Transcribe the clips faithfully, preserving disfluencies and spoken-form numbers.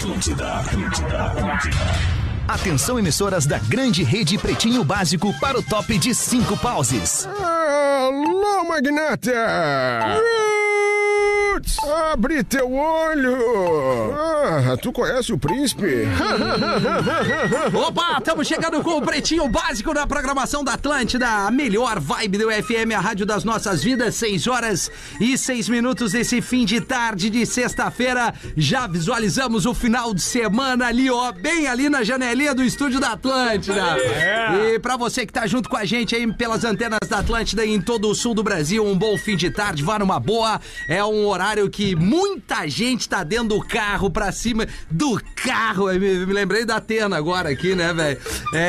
Atlântida, Atlântida, Atlântida. Atenção, emissoras da grande rede Pretinho Básico para o top de cinco pauses. Alô, magnata! Abre teu olho! Ah, tu conhece o príncipe? Opa, estamos chegando com o Pretinho Básico na programação da Atlântida, a melhor vibe do F M, a rádio das nossas vidas, seis horas e seis minutos desse fim de tarde de sexta-feira. Já visualizamos o final de semana ali, ó, bem ali na janelinha do estúdio da Atlântida. É. E pra você que tá junto com a gente aí pelas antenas da Atlântida e em todo o sul do Brasil, um bom fim de tarde, vá numa boa. É um horário que muita gente tá dentro do carro, pra cima do carro. Eu me, me lembrei da Atena agora aqui, né, velho?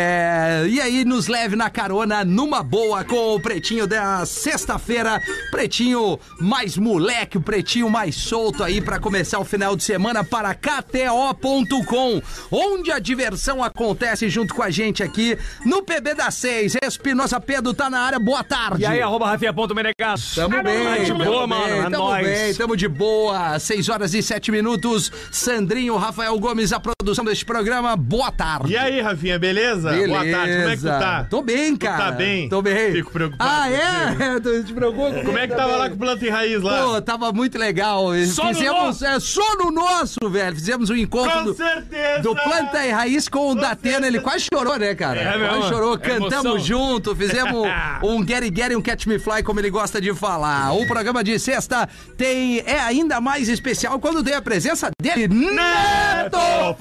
É, e aí nos leve na carona numa boa com o Pretinho da sexta-feira. Pretinho mais moleque, o Pretinho mais solto aí pra começar o final de semana para K T O ponto com, onde a diversão acontece junto com a gente aqui no P B da seis. Espinosa Pedro tá na área, boa tarde. E aí, arroba Rafinha.menegas. Tamo ah, bem, não, de tamo boa, bem, mano, é tamo nóis. bem, tamo de boa, seis horas e sete minutos. Sandrinho, Rafael Gomes, a produção deste programa, boa tarde. E aí, Rafinha, beleza? Beleza. Boa tarde, como é que tu tá? Tô bem, cara. Tu tá bem? Tô bem. Fico preocupado. Ah, é? Tu te preocupa? Como é que tava lá com planta e raiz lá? Pô, tava muito legal. Só Fizemos, no é, só no nosso, velho. Fizemos um encontro com do, certeza. do Planta e Raiz com o Datena. Ele quase chorou, né, cara? É, quase mesmo? chorou. É Cantamos emoção. junto, fizemos um Get Get e um Catch Me Fly, como ele gosta de falar. O programa de sexta tem, é ainda mais especial quando tem a presença dele, Neto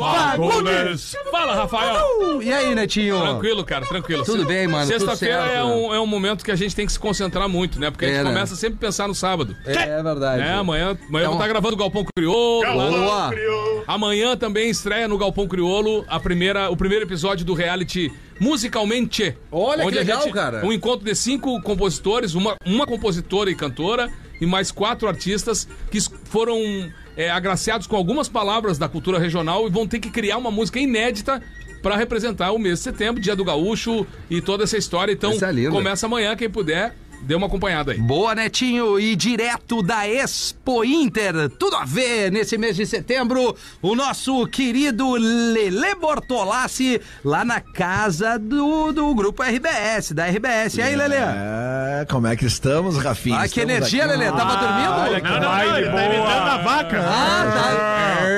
Fagundes. Fala, Rafael. Uh, e aí, Netinho? Tranquilo, cara, tranquilo. Tudo bem, mano? Sexta-feira Tudo certo, é, um, é um momento que a gente tem que se concentrar muito, né? Porque a gente É, né? começa sempre a pensar no sábado. É, é verdade. É, amanhã, amanhã Então- eu vou estar gravando o Galpão Crioulo. lá no- Boa. Amanhã também estreia no Galpão Crioulo a primeira, o primeiro episódio do reality Musicalmente. Olha que onde a legal, gente- cara. Um encontro de cinco compositores, uma, uma compositora e cantora e mais quatro artistas que s- foram é, agraciados com algumas palavras da cultura regional e vão ter que criar uma música inédita para representar o mês de setembro, dia do gaúcho e toda essa história. Então, Isso é lindo. começa amanhã, quem puder, dê uma acompanhada aí. Boa, Netinho, e direto da Expo Inter, tudo a ver nesse mês de setembro, o nosso querido Lelê Bortolassi, lá na casa do, do grupo R B S, da R B S. E aí, Lelê? É, como é que estamos, Rafinha? Ah, que Estamos energia, aqui. Lelê, tava dormindo? olha que Não, não, não, vibe ele tá imitando boa. a vaca. Ah, tá.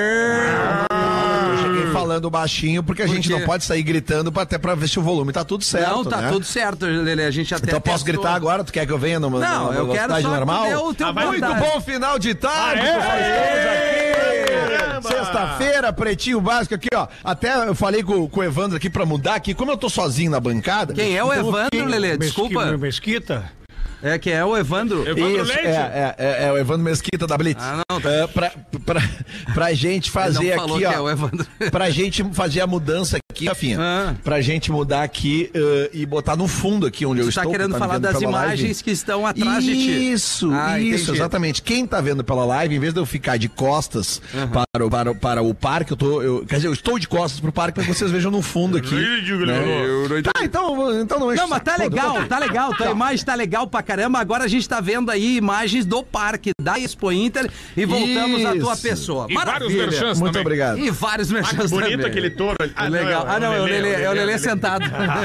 Eu cheguei falando baixinho porque a Por gente quê? não pode sair gritando pra, até pra ver se o volume tá tudo certo, Não, tá né? tudo certo, Lelê, a gente até Então eu posso testou. gritar agora? Tu quer que eu venha numa, Não, numa eu quero velocidade só normal? que tu dê o teu Ah, vai. boa Muito tarde. bom final de tarde, Ah, é? pessoal. Estamos aqui. Caramba! Sexta-feira, Pretinho Básico aqui, ó. Até eu falei com, com o Evandro aqui pra mudar aqui. Como eu tô sozinho na bancada... Quem é o então eu Evandro, fiquei- Lelê? Desculpa. Mesquita? É, que é o Evandro. Evandro Isso, Leite? é, é, é, é o Evandro Mesquita da Blitz. Ah, não, tá. É, pra, pra, pra gente fazer Ele não falou aqui, que ó. é o Evandro. Pra gente fazer a mudança aqui, Rafinha. Ah. Pra gente mudar aqui uh, e botar no fundo aqui onde eu Tu estou. tá querendo me falar vendo das pela imagens live. que estão atrás de ti. Isso, Ah, isso, entendi. exatamente. Quem tá vendo pela live, em vez de eu ficar de costas para, o, para, o- para o parque, eu tô. Eu, quer dizer, eu estou de costas pro parque pra que vocês vejam no fundo aqui. né? Tá, então, então não enche Não, o mas saco. tá Pô, legal, eu- tá legal. Tua imagem tá legal pra caramba. Agora a gente tá vendo aí imagens do parque da Expo Inter e voltamos à tua Isso. pessoa. E vários Maravilha. merchans Muito também. obrigado. E vários Ah, merchans que bonito também. aquele touro ali. Ah, Legal. Ah, não, é o Lelê, é o Lelê Lelê. sentado.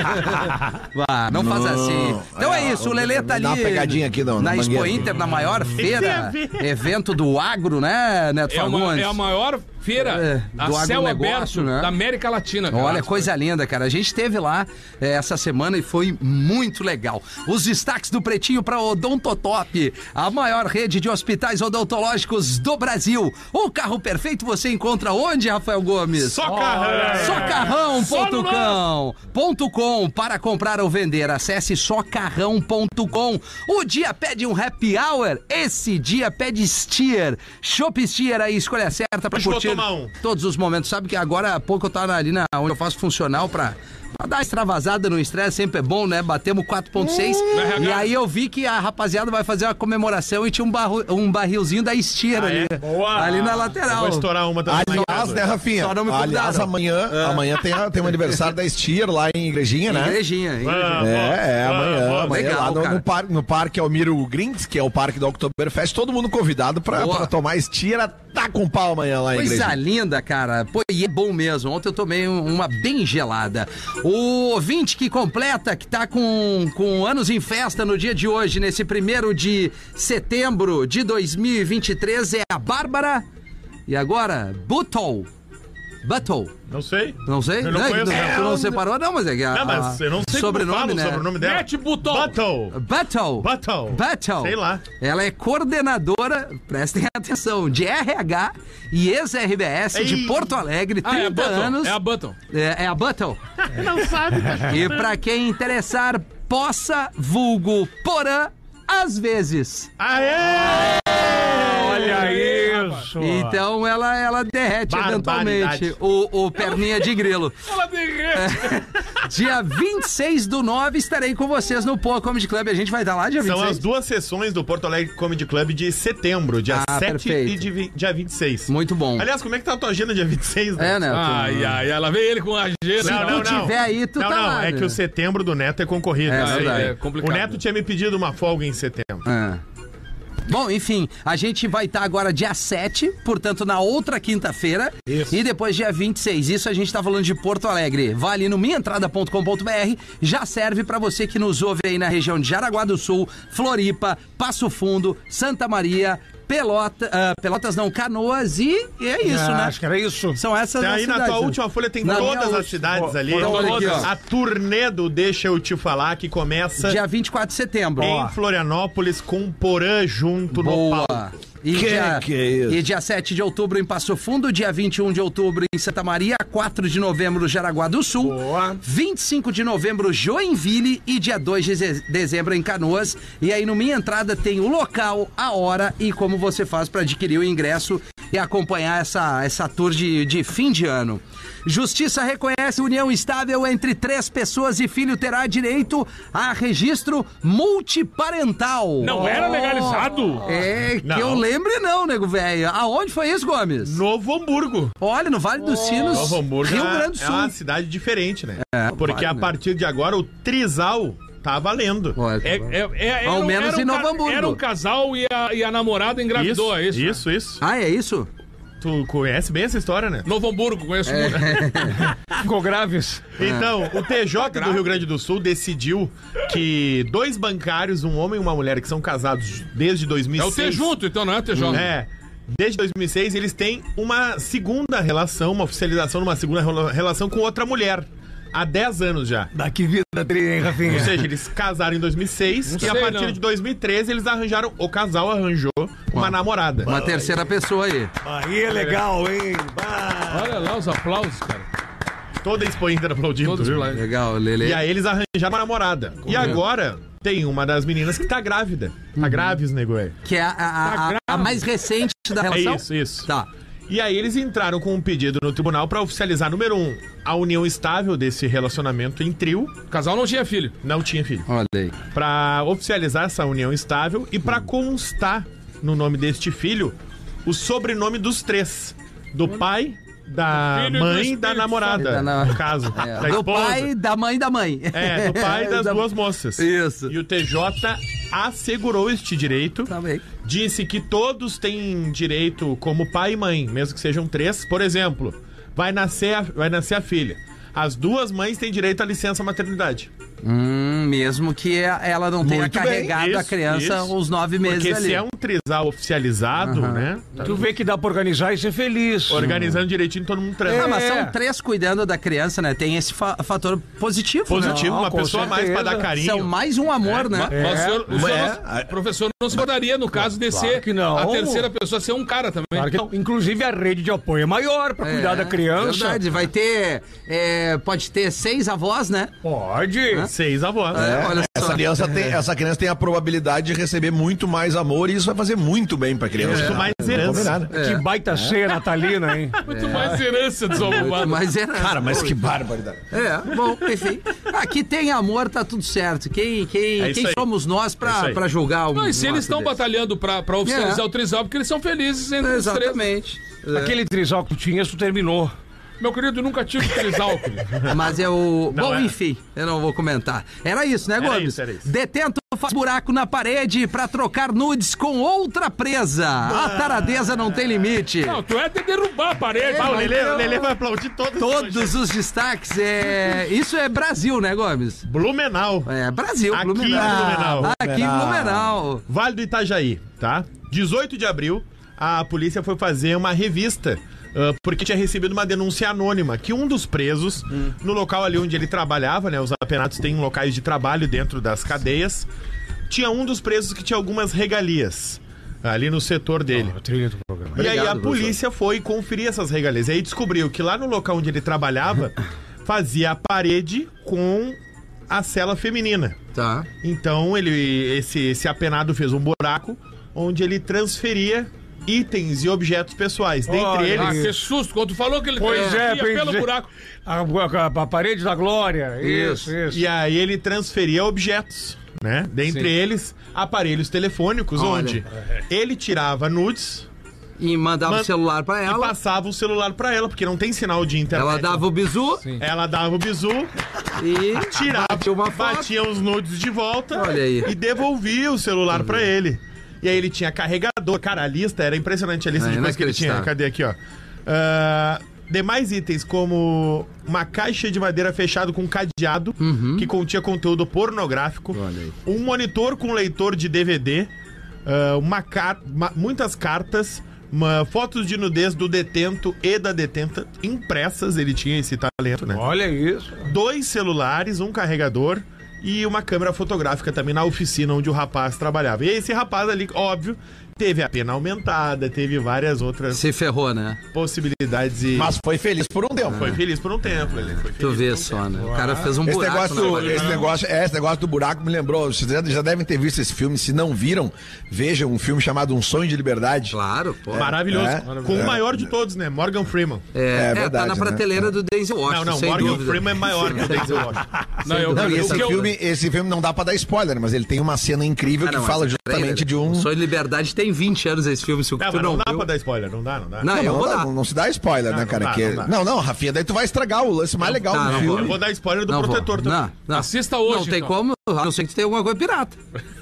Vá, não faz assim. Então é isso, o Lelê tá ali Dá uma pegadinha aqui, não, na na Expo mangueira. Inter, na maior feira, evento do agro, né, Neto É, uma, Fagundes? é a maior feira É, a do céu agronegócio, aberto né? da América Latina. cara. Olha, coisa linda, cara. A gente esteve lá eh, essa semana e foi muito legal. Os destaques do Pretinho para Odontotop, a maior rede de hospitais odontológicos do Brasil. O carro perfeito você encontra onde, Rafael Gomes? Socarrão! Socarrão ponto com ponto com para comprar ou vender. Acesse socarrão ponto com. O dia pede um happy hour, esse dia pede Steer. Shop Steer, a escolha certa para Acho que vou curtir tomar um. todos os momentos. Sabe que agora há pouco eu tava ali na onde eu faço funcional pra, Pra dar extravasada no estresse sempre é bom, né? Batemos quatro ponto seis. Hum, e aí eu vi que a rapaziada vai fazer uma comemoração e tinha um, barro, um barrilzinho da Estira Ah, ali. é? Boa. Ali na lateral. Vou estourar uma também. Aliás, né, Rafinha? Só não me Aliás, convidaram. amanhã, amanhã tem, a- tem um aniversário da Stier lá em Igrejinha, né? Igrejinha, igrejinha. Vamos, É, é, vamos, amanhã, vamos. amanhã Legal, lá no, cara. no, par, no Parque Almiro Grins, que é o parque do Oktoberfest, todo mundo convidado pra, Boa. pra tomar Stier, tá com pau amanhã lá em Coisa Igrejinha. linda, cara. Pô, e é bom mesmo. Ontem eu tomei um- uma bem gelada. O ouvinte que completa, que tá com, com anos em festa no dia de hoje, nesse primeiro de setembro de dois mil e vinte e três, é a Bárbara. E agora, Butol. Butol. Não sei. Não sei? Eu não conheço, Tu não. não separou, não, mas é que a, Não, mas eu não sei sobrenome, como fala né? o sobrenome dela. Mete Butol. Butol. Buttle. Buttle. Buttle. Sei lá. Ela é coordenadora, prestem atenção, de R H e ex-R B S de Ei. Porto Alegre, Ah, é a trinta Button. anos. É a Button. É, é a Buttle. Não sabe, cara. E pra quem interessar, possa, vulgo, porã, às vezes. Aê! Olha isso. Então ela, ela derrete Barbaridade. eventualmente o, o perninha de grilo. Ela derrete. Dia vinte e seis do nove estarei com vocês no Poa Comedy Club. A gente vai estar lá dia vinte e seis. São as duas sessões do Porto Alegre Comedy Club de setembro, dia Ah, sete perfeito. e de vi- dia vinte e seis. Muito bom. Aliás, como é que tá a tua agenda dia vinte e seis? É, né? Ai, ai, ela veio ele com a agenda. Não, não, tu não. tiver aí, tu não, tá não, lá, é né? que o setembro do Neto é concorrido. É eu sei. verdade. É complicado. O Neto tinha me pedido uma folga em setembro. Ah. Bom, enfim, a gente vai estar agora dia sete, portanto, na outra quinta-feira. Isso. E depois dia vinte e seis. Isso a gente tá falando de Porto Alegre. Vai ali no minha entrada ponto com ponto b r. Já serve pra você que nos ouve aí na região de Jaraguá do Sul, Floripa, Passo Fundo, Santa Maria, Pelota, ah, Pelotas não, Canoas e, e é isso, Ah, né? Acho que era isso. São essas Tá as aí na cidades, tua né? última folha tem Na minha todas as última- cidades ali. Então, olha aqui, ó. A turnê do Deixa Eu Te Falar, que começa Dia vinte e quatro de setembro. em Florianópolis com Porã junto no Boa. palco. E Que dia, que é isso? e dia sete de outubro em Passo Fundo, dia vinte e um de outubro em Santa Maria, quatro de novembro Jaraguá do Sul, Boa. vinte e cinco de novembro Joinville e dia dois de ze- dezembro em Canoas. E aí no Minha Entrada tem o local, a hora e como você faz para adquirir o ingresso e acompanhar essa, essa tour de, de fim de ano. Justiça reconhece união estável entre três pessoas e filho terá direito a registro multiparental. Não era legalizado? É, que Não. eu lembre não, nego velho. Aonde foi isso, Gomes? Novo Hamburgo. Olha, no Vale dos Sinos, Novo Hamburgo Rio é, Grande do é Sul. uma cidade diferente, né? É, Porque vale, a né? partir de agora o trisal tá valendo. Olha, É, é, é, era Ao um- menos era um em Novo ca- Hamburgo. Era um casal e a, e a namorada engravidou, é isso? né? Isso, isso. Ah, é isso? Tu conhece bem essa história, né? Novo Hamburgo, conheço É. muito. Ficou graves. Então, o T J do Rio Grande do Sul decidiu que dois bancários, um homem e uma mulher, que são casados desde dois mil É e o seis... T junto, então, não é o T J. É. Desde dois mil e seis, eles têm uma segunda relação, uma oficialização de uma segunda rela- relação com outra mulher. Há dez anos já. Daqui vida tri, hein, Rafinha? Ou seja, eles casaram em dois mil e seis Não e a sei, partir não. de dois mil e treze eles arranjaram, o casal arranjou uma namorada. Uma terceira pessoa aí. Aí é legal, hein? Bah. Olha lá os aplausos, cara. Toda a Expo Inter aplaudindo, Todos viu? lá. Legal, Lele. E aí eles arranjaram uma namorada. E é? agora tem uma das meninas que tá grávida. Tá grávida, nego aí. Que é a, a- a- a mais recente da É relação? isso, isso. Tá. E aí eles entraram com um pedido no tribunal pra oficializar, número um, a união estável desse relacionamento em trio. O casal não tinha filho. Não tinha filho. Olha aí. Pra oficializar essa união estável e pra constar no nome deste filho o sobrenome dos três. Do pai, da Filho e do mãe e Espírito da namorada, Santo. Da na- no caso. É, da do esposa. pai, da mãe e da mãe. É, do pai das Da- duas moças. Isso. E o T J assegurou este direito. Tá bem. Disse que todos têm direito como pai e mãe, mesmo que sejam três. Por exemplo, vai nascer a, vai nascer a filha. As duas mães têm direito à licença maternidade. Hum, mesmo que ela não tenha Muito bem. carregado a Isso, criança isso. os nove meses Porque ali. se é um trisal oficializado, né? Tá Tu vê que dá pra organizar e ser feliz. organizando direitinho, todo mundo treina. Ah, mas É. são três cuidando da criança, né? Tem esse fa- fator positivo, Positivo, Não, uma com pessoa a mais pra certeza. dar né? carinho. São mais um amor, né? Mas o senhor, o senhor É. não- professor não se importaria no caso de ser que não. a terceira pessoa ser um cara também. Claro que não. Inclusive a rede de apoio é maior pra cuidar É, da criança. Verdade, vai ter. é, pode ter seis avós, né? Pode. né? Seis avós. É, olha Essa só. criança, tem, essa criança tem a probabilidade de receber muito mais amor e isso vai fazer muito bem pra criança. Muito mais herança. Que baita ceia natalina, hein? Muito mais herança desarrumada. Mas era. Cara, mas que barbaridade. É, bom, enfim. Aqui tem amor, tá tudo certo. Quem, quem, É isso quem aí. somos nós É isso pra, aí. pra julgar o Não, e se eles estão batalhando pra, pra oficializar É. o trisal, porque eles são felizes entre os três. Exatamente. Aquele trisal que tu tinha, isso terminou. Meu querido, eu nunca tive trisal, querido. Mas é o. Não, Bom, era. enfim, eu não vou comentar. Era isso, né, Era Gomes? isso, era isso. Detento faz buraco na parede pra trocar nudes com outra presa. A taradeza não tem limite. Não, tu é de derrubar a parede. Ah, o mas Lelê, eu- o Lelê vai aplaudir todos. Todos os destaques é. Isso é Brasil, né, Gomes? Blumenau. É Brasil, Aqui Blumenau. em Blumenau. Aqui em Blumenau. Vale do Itajaí, tá? dezoito de abril, a polícia foi fazer uma revista, ah, porque tinha recebido uma denúncia anônima que um dos presos, no local ali onde ele trabalhava, né? Os apenados têm locais de trabalho dentro das cadeias. Tinha um dos presos que tinha algumas regalias ali no setor dele. A trilha do programa. E aí a Obrigado, polícia foi conferir essas regalias. E aí descobriu que lá no local onde ele trabalhava, fazia a parede com a cela feminina. Tá. Então ele, esse, esse apenado fez um buraco onde ele transferia itens e objetos pessoais. Dentre Olha, Ah, eles, que susto. Quando tu falou que ele Pois é, ia pelo pensei- buraco. A, a- a parede da glória. Isso, isso. e aí ele transferia objetos, né? Dentre Sim. eles, aparelhos telefônicos, Olha. onde ele tirava nudes E mandava man- o celular pra e ela. passava o celular pra ela, porque não tem sinal de internet. Ela dava o bizu Ela dava o bizu, e tirava, batia uma foto. batia os nudes de volta Olha aí. e devolvia o celular pra ele. E aí ele tinha carregador. Cara, a lista era impressionante, a lista É, de coisas que ele tinha. inacreditável. Cadê aqui, ó? Ah, demais itens como uma caixa de madeira fechada com cadeado que continha conteúdo pornográfico, Uhum. Olha aí. um monitor com leitor de D V D, ah, uma car ma- muitas cartas, uma- fotos de nudez do detento e da detenta impressas. Ele tinha esse talento, né? Olha isso. Dois celulares, um carregador e uma câmera fotográfica também na oficina onde o rapaz trabalhava. E esse rapaz ali, óbvio, teve a pena aumentada, teve várias outras Se ferrou, né? possibilidades e Mas foi feliz por um tempo. foi feliz por um tempo, ele foi feliz. Tu vê por um só, tempo. né? O cara fez um Esse buraco negócio, na do, parede. esse, negócio, é, esse negócio do buraco me lembrou. Vocês já, já devem ter visto esse filme. Se não viram, vejam um filme chamado Um Sonho de Liberdade. Claro, pô. Maravilhoso. É, Com é. o maior de todos, né? Morgan Freeman. É, É é, tá verdade, na né? prateleira do Denzel Washington, Não, não, sem Morgan dúvida. Freeman é maior que o Denzel Washington. Não, eu, Não, e o esse que eu- filme, esse filme não dá pra dar spoiler, mas ele tem uma cena incrível Ah, que não, fala mas peraí, justamente de um. O Sonho de Liberdade tem vinte anos esse filme, se o Não, tu mas não, não dá viu. pra dar spoiler, não dá, não dá. Não, Não, eu não, vou dá, dar. não, não se dá spoiler, Não, né, não cara? dá, que... não dá. não, não, Rafinha, daí tu vai estragar o lance mais legal tá, do não filme. Eu vou dar spoiler do Não vou. Protetor também. Não, não. Assista hoje, Não tem então. como, a não ser que tu tenha alguma coisa pirata.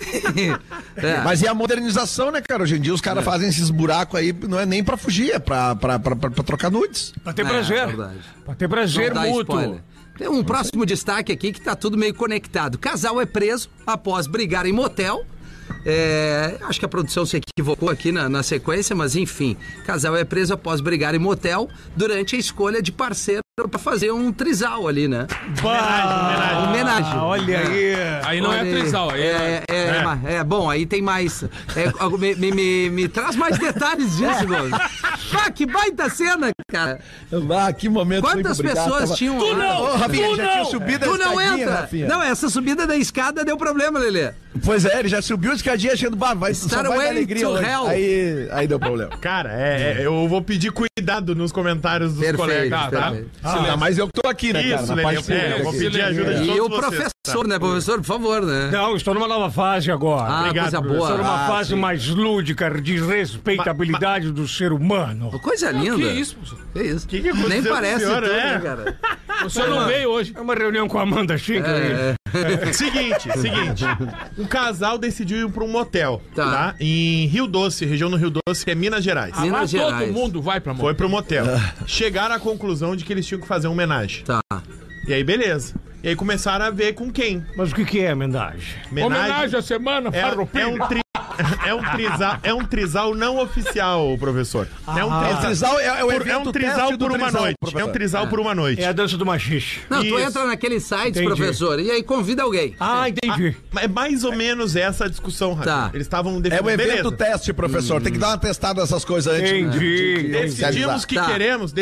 É. Mas e a modernização, né, cara? Hoje em dia os caras fazem esses buracos aí, não é nem pra fugir, é pra, pra, pra, pra, pra trocar nudes. Pra ter É, prazer. verdade. Pra ter prazer Não dá mútuo. spoiler. Tem um próximo destaque aqui que tá tudo meio conectado. Casal é preso após brigar em motel. É, acho que a produção se equivocou aqui na, na sequência, mas enfim. Casal é preso após brigar em motel durante a escolha de parceiro pra fazer um trisal ali, né? Homenagem, Homenagem. Ah, olha aí. Aí não é Olha aí. trisal, aí é... É, é, é, ma- é, bom, aí tem mais. É, algo- me, me, me, me traz mais detalhes disso, Gomes. Ah, que baita cena, cara. Ah, que momento. Quantas pessoas tinham. Tu lá? não! Ô, Rafinha, Tu já não! tinha subido a Tu não escadinha, entra! Rafinha. Não, essa subida da escada deu problema, Lelê. Pois é, ele já subiu a escadinha achando, bah, vai, só vai dar Starway alegria to hoje. hell. Aí, aí deu problema. Cara, é, é, eu vou pedir cuidado nos comentários dos Perfeito, colegas, tá? perfeito. Ah, ainda mais eu que tô aqui, né, cara? Isso, Na Lelê, parte é, pública eu vou aqui. pedir ajuda de E todos o vocês, professor, né, professor? Por favor, né? Não, estou numa nova fase agora. Ah, Obrigado, coisa professor. boa. Estou numa Ah, fase sim. mais lúdica de respeitabilidade do ser humano. Coisa linda. Que isso, professor? Que isso? Que que aconteceu Nem com o parece senhor, tudo, é? né, cara? O senhor não veio hoje. É uma reunião com a Amanda Schinkel. É, Seguinte, seguinte. Um casal decidiu ir pra um motel, Tá. tá? Em Rio Doce, região no Rio Doce, que é Minas Gerais. Minas Lá Gerais. todo mundo vai pra mão. Foi pro motel. Chegaram à conclusão de que eles tinham que fazer uma homenagem. Tá. E aí, beleza. E aí começaram a ver com quem. Mas o que, que é homenagem? Homenagem à semana, é, farroupilha. é um tri... é, um trisal, é um trisal não oficial, professor. é um É, trisal, trisal, é, é o por, evento é um trisal teste do por uma trisal, noite. É professor. um trisal por uma noite. É a dança do machixe. Não, tu Isso. entra naqueles sites, Entendi. professor, e aí convida alguém. Ah, entendi. É mais ou menos essa a discussão, Rafa. Tá. Eles estavam É o definindo. evento Beleza. teste, professor. Tem que dar uma testada nessas coisas antes. Entendi. de- de Decidimos oficializar. que Tá. queremos, decidimos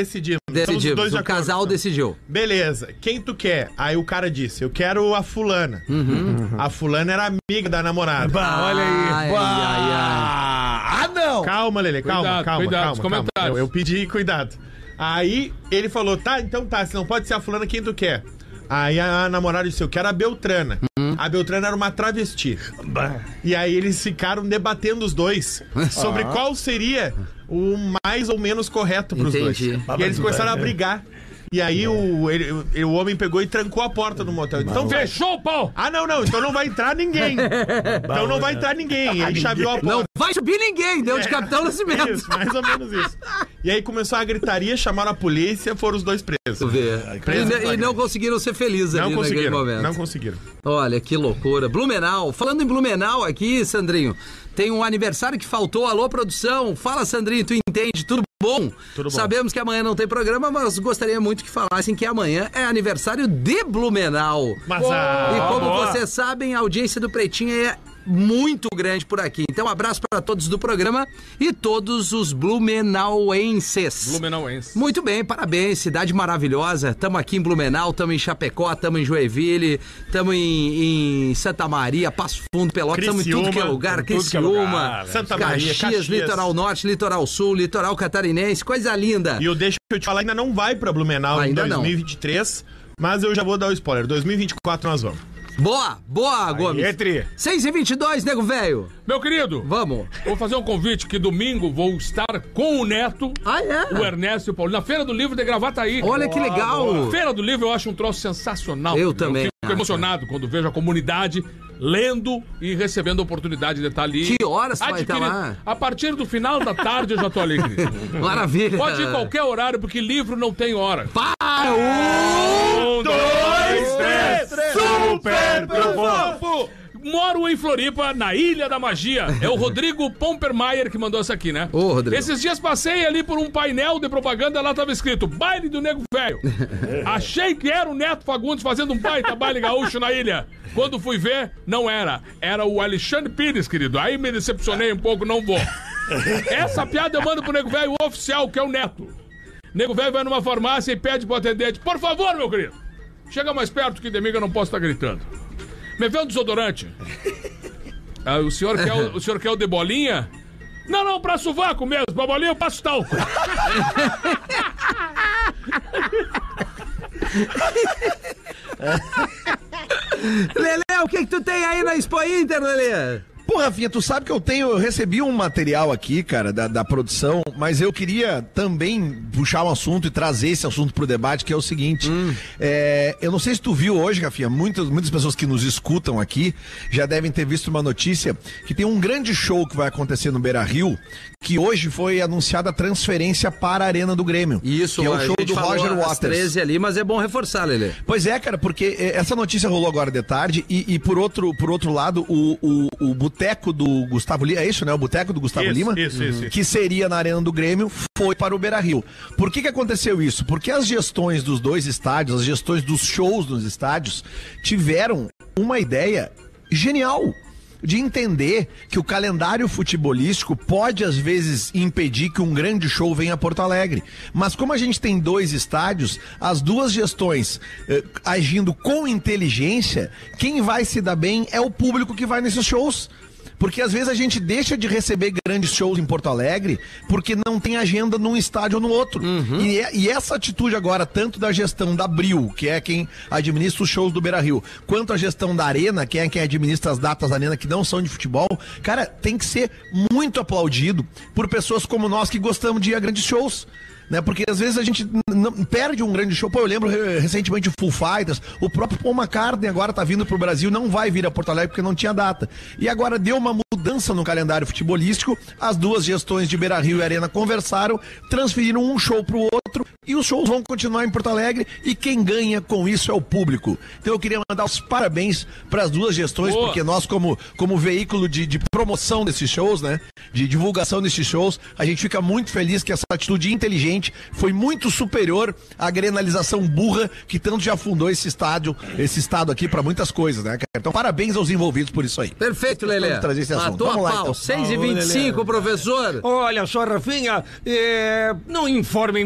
Decidimos, dois de o acordo, casal então. decidiu. Beleza, quem tu quer? Aí o cara disse, eu quero a fulana. A fulana era amiga da namorada. Bah, olha aí. Ai, ai, ai. Ah, não! Calma, Lelê, calma, Cuidado, calma, cuidado, calma, os calma. comentários. Eu, eu pedi cuidado. Aí ele falou, tá, então tá, se não pode ser a fulana, quem tu quer? Aí a namorada disse, eu quero a Beltrana. Uhum. A Beltrana era uma travesti. Bah. E aí eles ficaram debatendo os dois sobre qual seria o mais ou menos correto pros Entendi. dois. E eles começaram a brigar. E aí o, ele, o homem pegou e trancou a porta do motel. Então Fechou o pau! Ah, não, não, então não vai entrar ninguém. Então não vai entrar ninguém. E aí chaveou a porta. Não vai subir ninguém, deu de Capitão Nascimento. Isso, mais ou menos isso. E aí começou a gritaria, chamaram a polícia, foram os dois presos. Vê. Preso E, e não conseguiram ser felizes Não ali naquele conseguiram, momento. não conseguiram. Olha, que loucura. Blumenau. Falando em Blumenau aqui, Sandrinho, tem um aniversário que faltou. Alô, produção. Fala, Sandrinho, tu entende? Tudo bom? Tudo bom. Sabemos que amanhã não tem programa, mas gostaria muito que falassem que amanhã é aniversário de Blumenau. Mas ah, E como boa. vocês sabem, a audiência do Pretinho é muito grande por aqui. Então, um abraço para todos do programa e todos os blumenauenses. Blumenauense. Muito bem, parabéns, cidade maravilhosa. Tamo aqui em Blumenau, tamo em Chapecó, tamo em Joinville, tamo em, em Santa Maria, Passo Fundo, Pelotas, tamo em tudo que é lugar, tudo que é Criciúma, lugar, né? Santa Maria, Caxias, Caxias. Litoral Norte, Litoral Sul, Litoral Catarinense, coisa linda. E eu deixo eu te falar, ainda não vai pra Blumenau Ainda em dois mil e vinte e três, mas eu já vou dar o spoiler. dois mil e vinte e quatro nós vamos. Boa, boa, Gomes. Entre. seis e vinte e dois, nego velho. Meu querido, Vamos. vou fazer um convite que domingo vou estar com o Neto, Ah, é? o Ernesto e o Paulo, na Feira do Livro de Gravataí. Olha que legal. Feira do Livro eu acho um troço sensacional. Eu também fico acho. emocionado quando vejo a comunidade lendo e recebendo a oportunidade de estar ali. Que horas tu vai estar Adquirindo- lá? A partir do final da tarde eu já tô ali, querido. Maravilha. Pode ir em qualquer horário, porque livro não tem hora. Para! Um, Um, dois, três, Super Fofo! Moro em Floripa, na Ilha da Magia. É o Rodrigo Pompermayer que mandou essa aqui, né? Ô, Rodrigo. Esses dias passei ali por um painel de propaganda, lá tava escrito Baile do Nego Velho. Achei que era o Neto Fagundes fazendo um baita baile gaúcho na ilha. Quando fui ver, não era. Era o Alexandre Pires, querido. Aí me decepcionei um pouco, não vou. Essa piada eu mando pro Nego Velho oficial, que é o Neto. Nego Velho vai numa farmácia e pede pro atendente, por favor, meu querido, chega mais perto que de mim que eu não posso estar gritando. Me vê um desodorante. Ah, o senhor quer o, o senhor quer o de bolinha? Não, não, pra sovaco mesmo. Pra bolinha eu passo talco. Lelê, o que que tu tem aí na Expo Inter, Lelê? Pô, Rafinha, tu sabe que eu tenho, eu recebi um material aqui, cara, da, da produção, mas eu queria também puxar um assunto e trazer esse assunto pro debate, que é o seguinte, hum. é, eu não sei se tu viu hoje, Rafinha, muitas, muitas pessoas que nos escutam aqui já devem ter visto uma notícia que tem um grande show que vai acontecer no Beira-Rio, que hoje foi anunciada a transferência para a Arena do Grêmio. Isso, que é o a show gente do falou Roger às Waters. treze ali, mas é bom reforçar, Lelê. Pois é, cara, porque eh, essa notícia rolou agora de tarde e, e por, outro, por outro lado, o, o, o boteco do Gustavo Lima, é isso, né? O boteco do Gustavo Isso, Lima, isso, isso, isso. que seria na Arena do Grêmio, foi para o Beira-Rio. Por que que aconteceu isso? Porque as gestões dos dois estádios, as gestões dos shows nos estádios, tiveram uma ideia genial de entender que o calendário futebolístico pode, às vezes, impedir que um grande show venha a Porto Alegre. Mas como a gente tem dois estádios, as duas gestões eh, agindo com inteligência, quem vai se dar bem é o público que vai nesses shows. Porque às vezes a gente deixa de receber grandes shows em Porto Alegre porque não tem agenda num estádio ou no outro. Uhum. E, e essa atitude agora, tanto da gestão da Bril, que é quem administra os shows do Beira-Rio, quanto a gestão da Arena, que é quem administra as datas da Arena que não são de futebol, cara, tem que ser muito aplaudido por pessoas como nós que gostamos de ir a grandes shows. Né? Porque às vezes a gente n- perde um grande show. Pô, eu lembro re- recentemente o Foo Fighters, o próprio Paul McCartney agora tá vindo pro Brasil, não vai vir a Porto Alegre porque não tinha data. E agora deu uma mudança no calendário futebolístico, as duas gestões de Beira-Rio e Arena conversaram, transferiram um show pro outro e os shows vão continuar em Porto Alegre e quem ganha com isso é o público. Então eu queria mandar os parabéns para as duas gestões, Boa. porque nós como, como veículo de, de promoção desses shows, né, de divulgação desses shows, a gente fica muito feliz que essa atitude inteligente foi muito superior à grenalização burra que tanto já fundou esse estádio, esse estado aqui para muitas coisas, né, cara? Então parabéns aos envolvidos por isso aí. Perfeito, Lelê. Trazer esse assunto. Matou Vamos a lá, pau. então. seis e vinte e cinco, professor. Olha só, Rafinha, é, não informem meu nome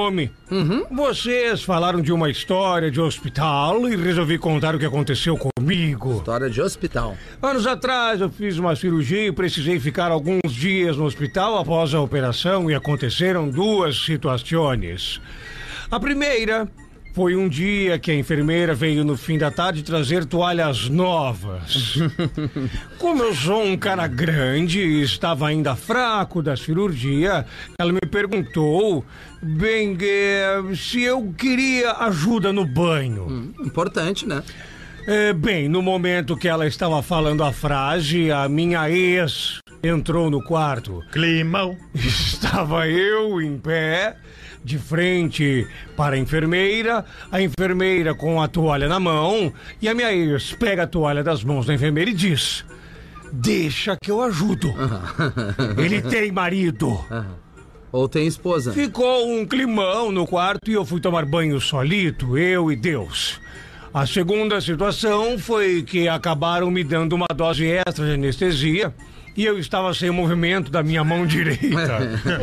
nome. Uhum. Vocês falaram de uma história de hospital e resolvi contar o que aconteceu comigo. História de hospital. Anos atrás eu fiz uma cirurgia e precisei ficar alguns dias no hospital após a operação e aconteceram duas situações. A primeira foi um dia que a enfermeira veio no fim da tarde trazer toalhas novas. Como eu sou um cara grande e estava ainda fraco da cirurgia, ela me perguntou, bem, eh, se eu queria ajuda no banho. Hum, importante, né? É, bem, no momento que ela estava falando a frase, a minha ex entrou no quarto. Climão. Estava eu em pé, de frente para a enfermeira, a enfermeira com a toalha na mão, e a minha ex pega a toalha das mãos da enfermeira e diz: deixa que eu ajudo. Ele tem marido. Ou tem esposa. Ficou um climão no quarto e eu fui tomar banho solito, eu e Deus. A segunda situação foi que acabaram me dando uma dose extra de anestesia e eu estava sem o movimento da minha mão direita.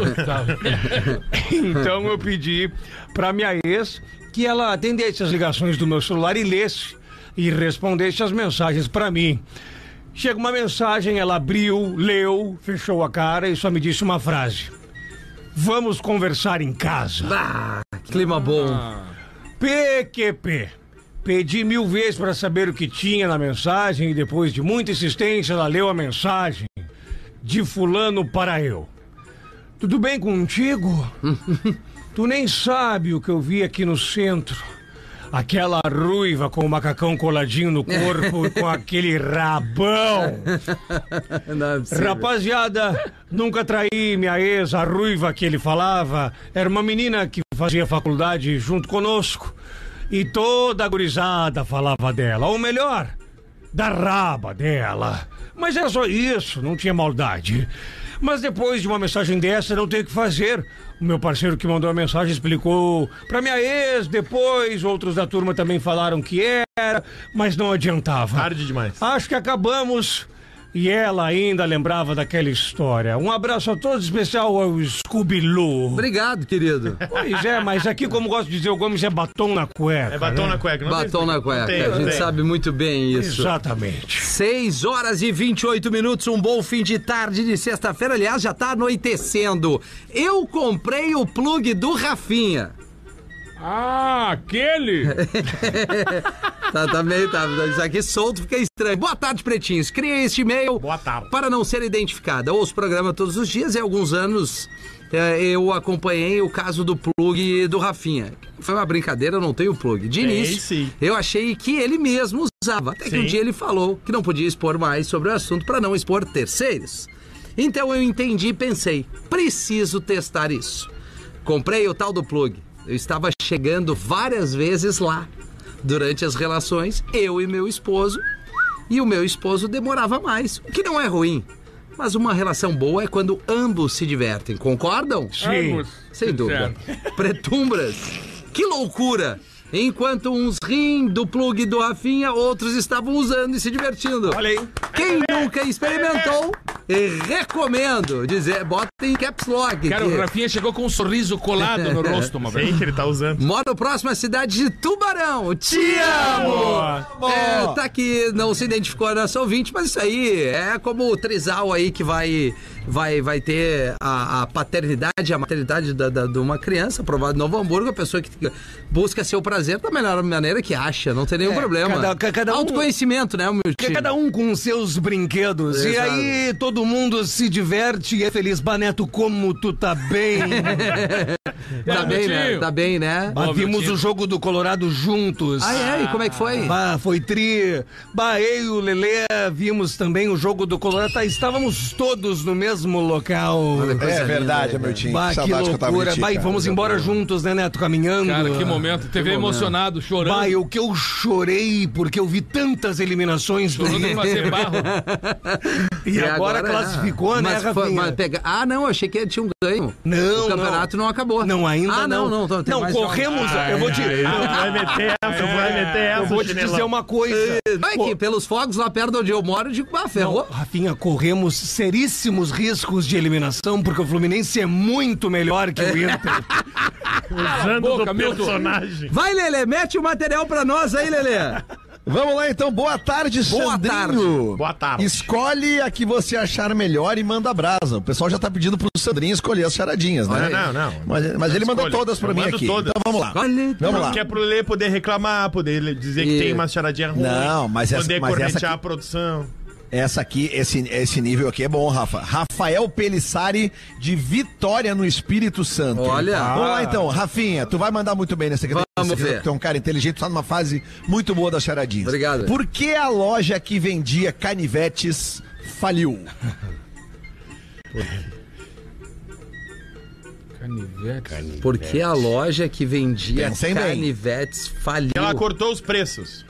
Então eu pedi para minha ex que ela atendesse as ligações do meu celular e lesse e respondesse as mensagens para mim. Chega uma mensagem, ela abriu, leu, fechou a cara e só me disse uma frase: vamos conversar em casa. Ah, clima bom. P Q P. Pedi mil vezes para saber o que tinha na mensagem e depois de muita insistência ela leu a mensagem: de fulano para eu. Tudo bem contigo? Tu nem sabe o que eu vi aqui no centro. Aquela ruiva com o macacão coladinho no corpo, com aquele rabão. Não é Rapaziada, nunca traí minha ex, a ruiva que ele falava. Era uma menina que fazia faculdade junto conosco. E toda a gurizada falava dela, ou melhor, da raba dela. Mas era só isso, não tinha maldade. Mas depois de uma mensagem dessa, não tem o que fazer. O meu parceiro que mandou a mensagem explicou pra minha ex, depois outros da turma também falaram que era, mas não adiantava. Tarde demais. Acho que acabamos e ela ainda lembrava daquela história. Um abraço a todos, especial ao Scooby-Loo. Obrigado, querido. Pois é, mas aqui, como gosto de dizer, o Gomes é batom na cueca. É batom né? na cueca. Não Batom tem... na cueca. Tem, a gente tem. sabe muito bem isso. Exatamente. seis horas e vinte e oito minutos, um bom fim de tarde de sexta-feira. Aliás, já tá anoitecendo. Eu comprei o plug do Rafinha. Ah, aquele? Tá, tá meio, tá, isso aqui solto fica estranho. Boa tarde, pretinhos. Criei este e-mail Boa tarde. para não ser identificada. Eu ouço o programa todos os dias e há alguns anos eh, eu acompanhei o caso do plug do Rafinha. Foi uma brincadeira, eu não tenho plug. De Tem, início, sim. eu achei que ele mesmo usava. Até que Sim. um dia ele falou que não podia expor mais sobre o assunto para não expor terceiros. Então eu entendi e pensei, preciso testar isso. Comprei o tal do plug. Eu estava chegando várias vezes lá durante as relações, eu e meu esposo, e o meu esposo demorava mais, o que não é ruim. Mas uma relação boa é quando ambos se divertem, concordam? Sim. Ambos. Sem dúvida. Certo. Pretumbras, que loucura! Enquanto uns riem do plug do Rafinha, outros estavam usando e se divertindo. Olha aí. Quem nunca experimentou, recomendo. Dizer, bota em caps lock. Cara, que- o Rafinha chegou com um sorriso colado no rosto uma vez. Sei que ele tá usando. Moro próximo à cidade de Tubarão. Te amo! É, tá aqui, não se identificou a nossa ouvinte, mas isso aí é como o trisal aí que vai, vai, vai ter a, a paternidade, a maternidade da, da- de uma criança, aprovado em Novo Hamburgo, a pessoa que busca seu prazer da melhor maneira que acha, não tem nenhum É, problema. cada- ca- cada um- Autoconhecimento, né, meu tio? Cada um com os seus brinquedos. E Exato. aí todo mundo se diverte e é feliz. Baneto, como tu tá bem? Tá É, bem, né? Miltinho. Tá bem, né? Bah, Ô, vimos Miltinho. o jogo do Colorado juntos. Ah, é? E como é que foi? Bah, foi tri. Bah, eu e o Lelê vimos também o jogo do Colorado. Tá, estávamos todos no mesmo local. Olha, coisa É verdade, linda, meu time. Bah, que saudade que eu tava loucura. de ti, Bah, e cara. vamos embora juntos, né, Neto? Caminhando. Cara, que momento. Teve momento. emocionado, chorando. Bah, o que eu chorei porque eu vi tantas eliminações do Chorando em fazer barro. E, agora, classificou, né, mas foi- Rafinha? mas pega... Ah, não, achei que tinha um ganho. Não, O campeonato não, acabou. Não, ainda ah, não. não. Não, tem não mais corremos. eu vou te. Tu vai meter essa, tu vai meter essa, Eu vou te chinelão. dizer uma coisa. jogos. Não é que pelos fogos lá perto de onde eu moro, eu digo, ah, ferrou. Não, Rafinha, corremos seríssimos riscos de eliminação, porque o Fluminense é muito melhor que o Inter. Usando boca, do Milton. personagem. Vai, Lelê, mete o material pra nós aí, Lelê. Vamos lá então, boa tarde, Boa Sandrinho. tarde. Boa tarde. Escolhe a que você achar melhor e manda brasa. O pessoal já tá pedindo pro Sandrinho escolher as charadinhas, né? Não, não, não. Mas, mas ele mandou Escolha. todas pra Eu mim mando aqui. todas. Então vamos lá. Olha, Vamos lá. Que é pro Lê poder reclamar, poder dizer que E- tem uma charadinha ruim. Não, mas essa- Poder mas essa cornetear aqui- a produção. Essa aqui, esse, esse nível aqui é bom, Rafa. Rafael Pelissari, de Vitória, no Espírito Santo. Olha. Vamos lá então, Rafinha, tu vai mandar muito bem nessa aqui. Vamos ver. Tu é um cara inteligente, tu tá numa fase muito boa das charadinhas. Obrigado. Por que a loja que vendia canivetes faliu? Canivete. Porque a loja que vendia Pensem bem. canivetes faliu. Ela cortou os preços.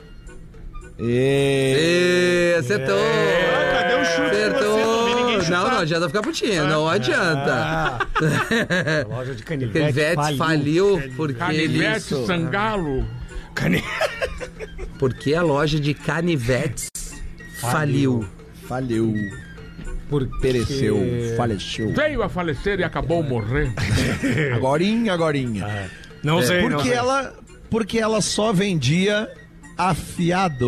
E... Ê, acertou. Ah, cadê o chute de Acertou. você? Não vi ninguém chutar. Não, não adianta ficar putinha, não adianta. A loja de canivete, Canivetes faliu porque Canivete, ele... sangalo. Porque a loja de canivetes faliu. Faliu. Por pereceu, faleceu. Veio a falecer e acabou morrendo. Agorinha, agorinha. Não sei, não Porque sei. ela, porque ela só vendia afiado.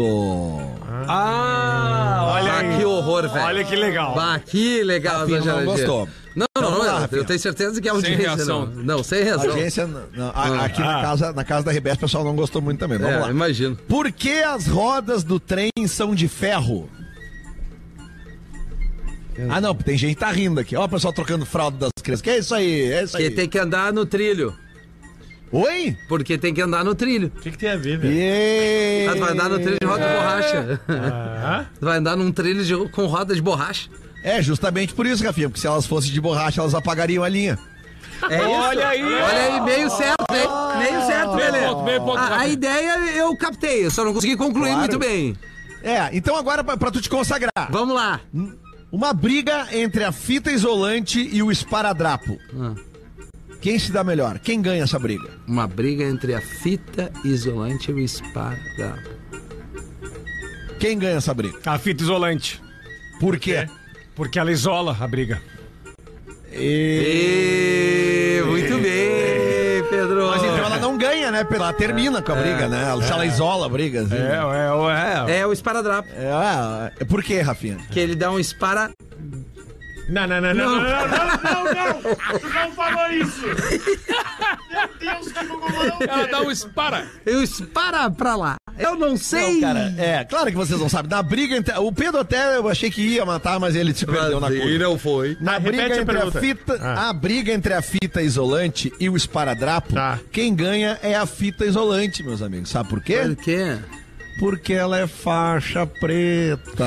Ah, olha Ah, aí. que horror, velho. Olha que legal. Bah, que legal Rafinha essa não charadinha. gostou. Não, não, Vamos não, lá, eu- Rafinha. eu tenho certeza que a Sem audiência reação. não. Não, sem A reação. agência, não, não, a- aqui na Ah. casa, na casa da Rebeste, o pessoal não gostou muito também. Vamos É, lá. imagino. Por que as rodas do trem são de ferro? Ah, não, tem gente que tá rindo aqui. Ó, o pessoal trocando fralda das crianças. Que é isso aí? É isso Porque aí. tem que andar no trilho. Oi? Porque tem que andar no trilho. O que, que tem a ver, velho? E... Ah, tu vai andar no trilho de roda de borracha. Tu vai andar num trilho de- com roda de borracha. É, justamente por isso, Rafinha, porque se elas fossem de borracha, elas apagariam a linha. É isso? Olha aí. Olha aí, meio certo, hein? Meio certo, Meio Lelê. ponto, meio ponto, A, a Rafinha. ideia eu captei, eu só não consegui concluir Claro. muito bem. É, então agora pra, pra tu te consagrar. Vamos lá. Uma briga entre a fita isolante e o esparadrapo. Ah. Quem se dá melhor? Quem ganha essa briga? Uma briga entre a fita isolante e o esparadrapo. Quem ganha essa briga? A fita isolante. Por quê? Porque ela isola a briga. E... Muito bem, Pedro. Mas então ela não ganha, né? Ela termina com a briga, né? Se ela isola a briga. Assim. É, é, é. É o esparadrapo. É, é, por quê, Rafinha? Que ele dá um espara... Não, não, não, não, não, não, não, não, tu não falou isso! Meu Deus, que gogolão! Ela dá um espara. Eu espara pra lá. Eu não sei. Não, cara, é, claro que vocês não sabem. Na briga entre. O Pedro até eu achei que ia matar, mas ele se perdeu na E curva. não foi. Na Repete briga a entre a pergunta. fita. Ah. A briga entre a fita isolante e o esparadrapo, Tá. quem ganha é a fita isolante, meus amigos. Sabe por quê? Por quê? Porque ela é faixa preta.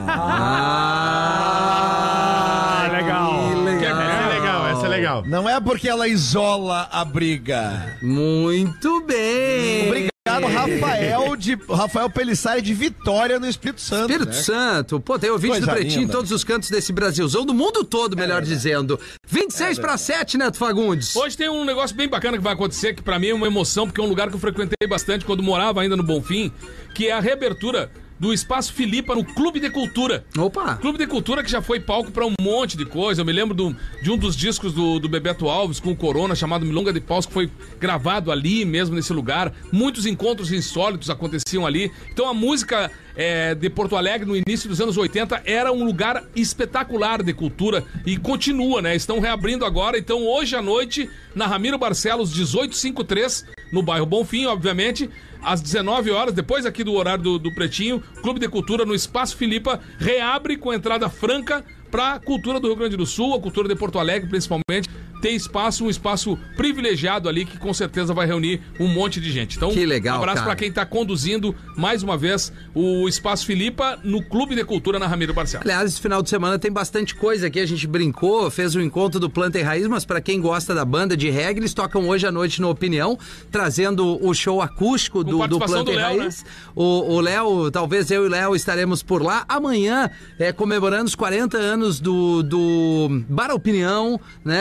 Ah, legal. Que legal. Essa é legal, essa é legal. Não é porque ela isola a briga. Muito bem. Obrigado, Rafael, de, Rafael Pelissari de Vitória, no Espírito Santo. Espírito né? Santo, pô, tem ouvinte Coisa do Pretinho linda. em todos os cantos desse Brasilzão, do mundo todo, melhor dizendo. vinte e seis para sete, Neto Fagundes. Hoje tem um negócio bem bacana que vai acontecer, que pra mim é uma emoção, porque é um lugar que eu frequentei bastante quando morava ainda no Bonfim, que é a reabertura do Espaço Filipa no Clube de Cultura. Opa. Clube de Cultura que já foi palco pra um monte de coisa. Eu me lembro do- de um dos discos do, do Bebeto Alves com o Corona, chamado Milonga de Paus, que foi gravado ali mesmo, nesse lugar. Muitos encontros insólitos aconteciam ali. Então a música é, de Porto Alegre, no início dos anos oitenta, era um lugar espetacular de cultura e continua, né? Estão reabrindo agora. Então hoje à noite, na Ramiro Barcelos, dezoito cinquenta e três, no bairro Bonfim, obviamente, às dezenove horas, depois aqui do horário do, do Pretinho, Clube de Cultura no Espaço Filipa reabre com entrada franca para a cultura do Rio Grande do Sul, a cultura de Porto Alegre principalmente. Tem espaço, um espaço privilegiado ali que com certeza vai reunir um monte de gente. Então, Que legal, um abraço cara. para quem está conduzindo mais uma vez o Espaço Filipa no Clube de Cultura na Ramiro Barcelos. Aliás, esse final de semana tem bastante coisa aqui. A gente brincou, fez o encontro do Planta e Raiz, mas pra quem gosta da banda de reggae, eles tocam hoje à noite no Opinião, trazendo o show acústico do, do participação Planta e do Léo, Raiz. O o Léo, talvez eu e o Léo estaremos por lá. Amanhã, é, comemorando os quarenta anos do, do Bar Opinião, né? Que tá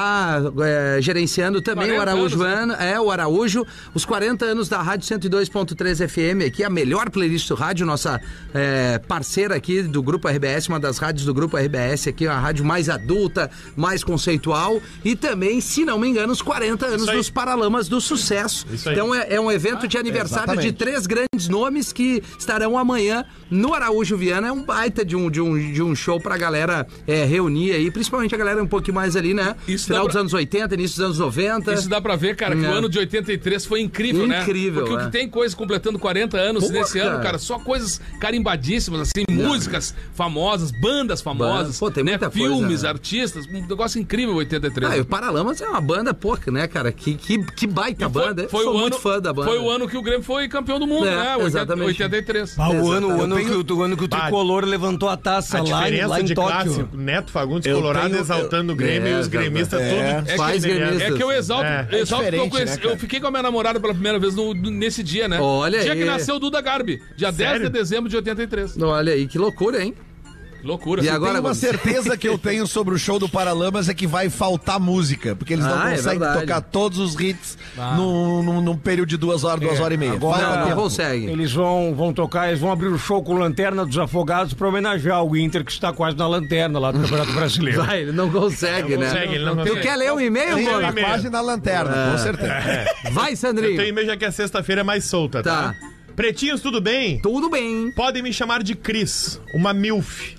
tá é, gerenciando também o Araújo ano, é o Araújo, os quarenta anos da Rádio cento e dois ponto três F M aqui, a melhor playlist do rádio, nossa é, parceira aqui do Grupo R B S, uma das rádios do Grupo R B S aqui, a rádio mais adulta, mais conceitual, e também, se não me engano, os quarenta anos dos Paralamas do Sucesso. Então é, é um evento de aniversário exatamente. de três grandes nomes que estarão amanhã no Araújo Viana. É um baita de um, de um, de um show pra galera é, reunir aí, principalmente a galera um pouquinho mais ali, né? Isso Final dá dos pra... anos oitenta, início dos anos noventa. Isso dá pra ver, cara, que É. o ano de oitenta e três foi incrível, né? Incrível, Porque é. o que tem coisa completando quarenta anos Pô, nesse cara. ano, cara, só coisas carimbadíssimas, assim, músicas famosas, bandas famosas, Pô, tem né? muita Filmes, coisa, né? artistas, um negócio incrível oitenta e três. Ah, e o Paralamas é uma banda, pô, né, cara? Que, que, que baita E foi, banda. Eu foi sou o muito ano, fã da banda. Foi o ano que o Grêmio foi campeão do mundo, É, né? exatamente. oitenta e três. Ah, o ano, o ano, Eu tenho- que, o, o ano que o Tricolor levantou a taça A lá, em- diferença lá em de Tóquio. classe, Neto Fagundes Eu Colorado tenho- exaltando o Grêmio É, e os gremistas é. tudo. É Faz que, gremistas. é que eu exalto, É. eu, exalto porque eu, diferente, conheci- né, cara? eu fiquei com a minha namorada pela primeira vez no- no- nesse dia, né? Olha dia aí. que nasceu o Duda Garbi, dia dez de Sério? dezembro de oitenta e três. Olha aí, que loucura, hein? Loucura. E agora, Tem uma Gomes? certeza que eu tenho sobre o show do Paralamas é que vai faltar música, porque eles não Ah, é conseguem verdade. tocar todos os hits Ah. num, num, num período de duas horas, duas horas e meia. agora- Falta Não, não tempo. consegue. Eles vão, vão tocar, eles vão abrir o show com Lanterna dos Afogados pra homenagear o Inter, que está quase na lanterna lá do Campeonato Brasileiro. Vai, ele não consegue, Não né? consegue, ele não Tu consegue. quer ler um e-mail, Tem Gomes? um e-mail. Quase na lanterna, com certeza. Vai, Sandrinho. Tem e-mail já que a sexta-feira é mais solta, tá? Tá. Pretinhos, tudo bem? Tudo bem. Podem me chamar de Cris, uma milf.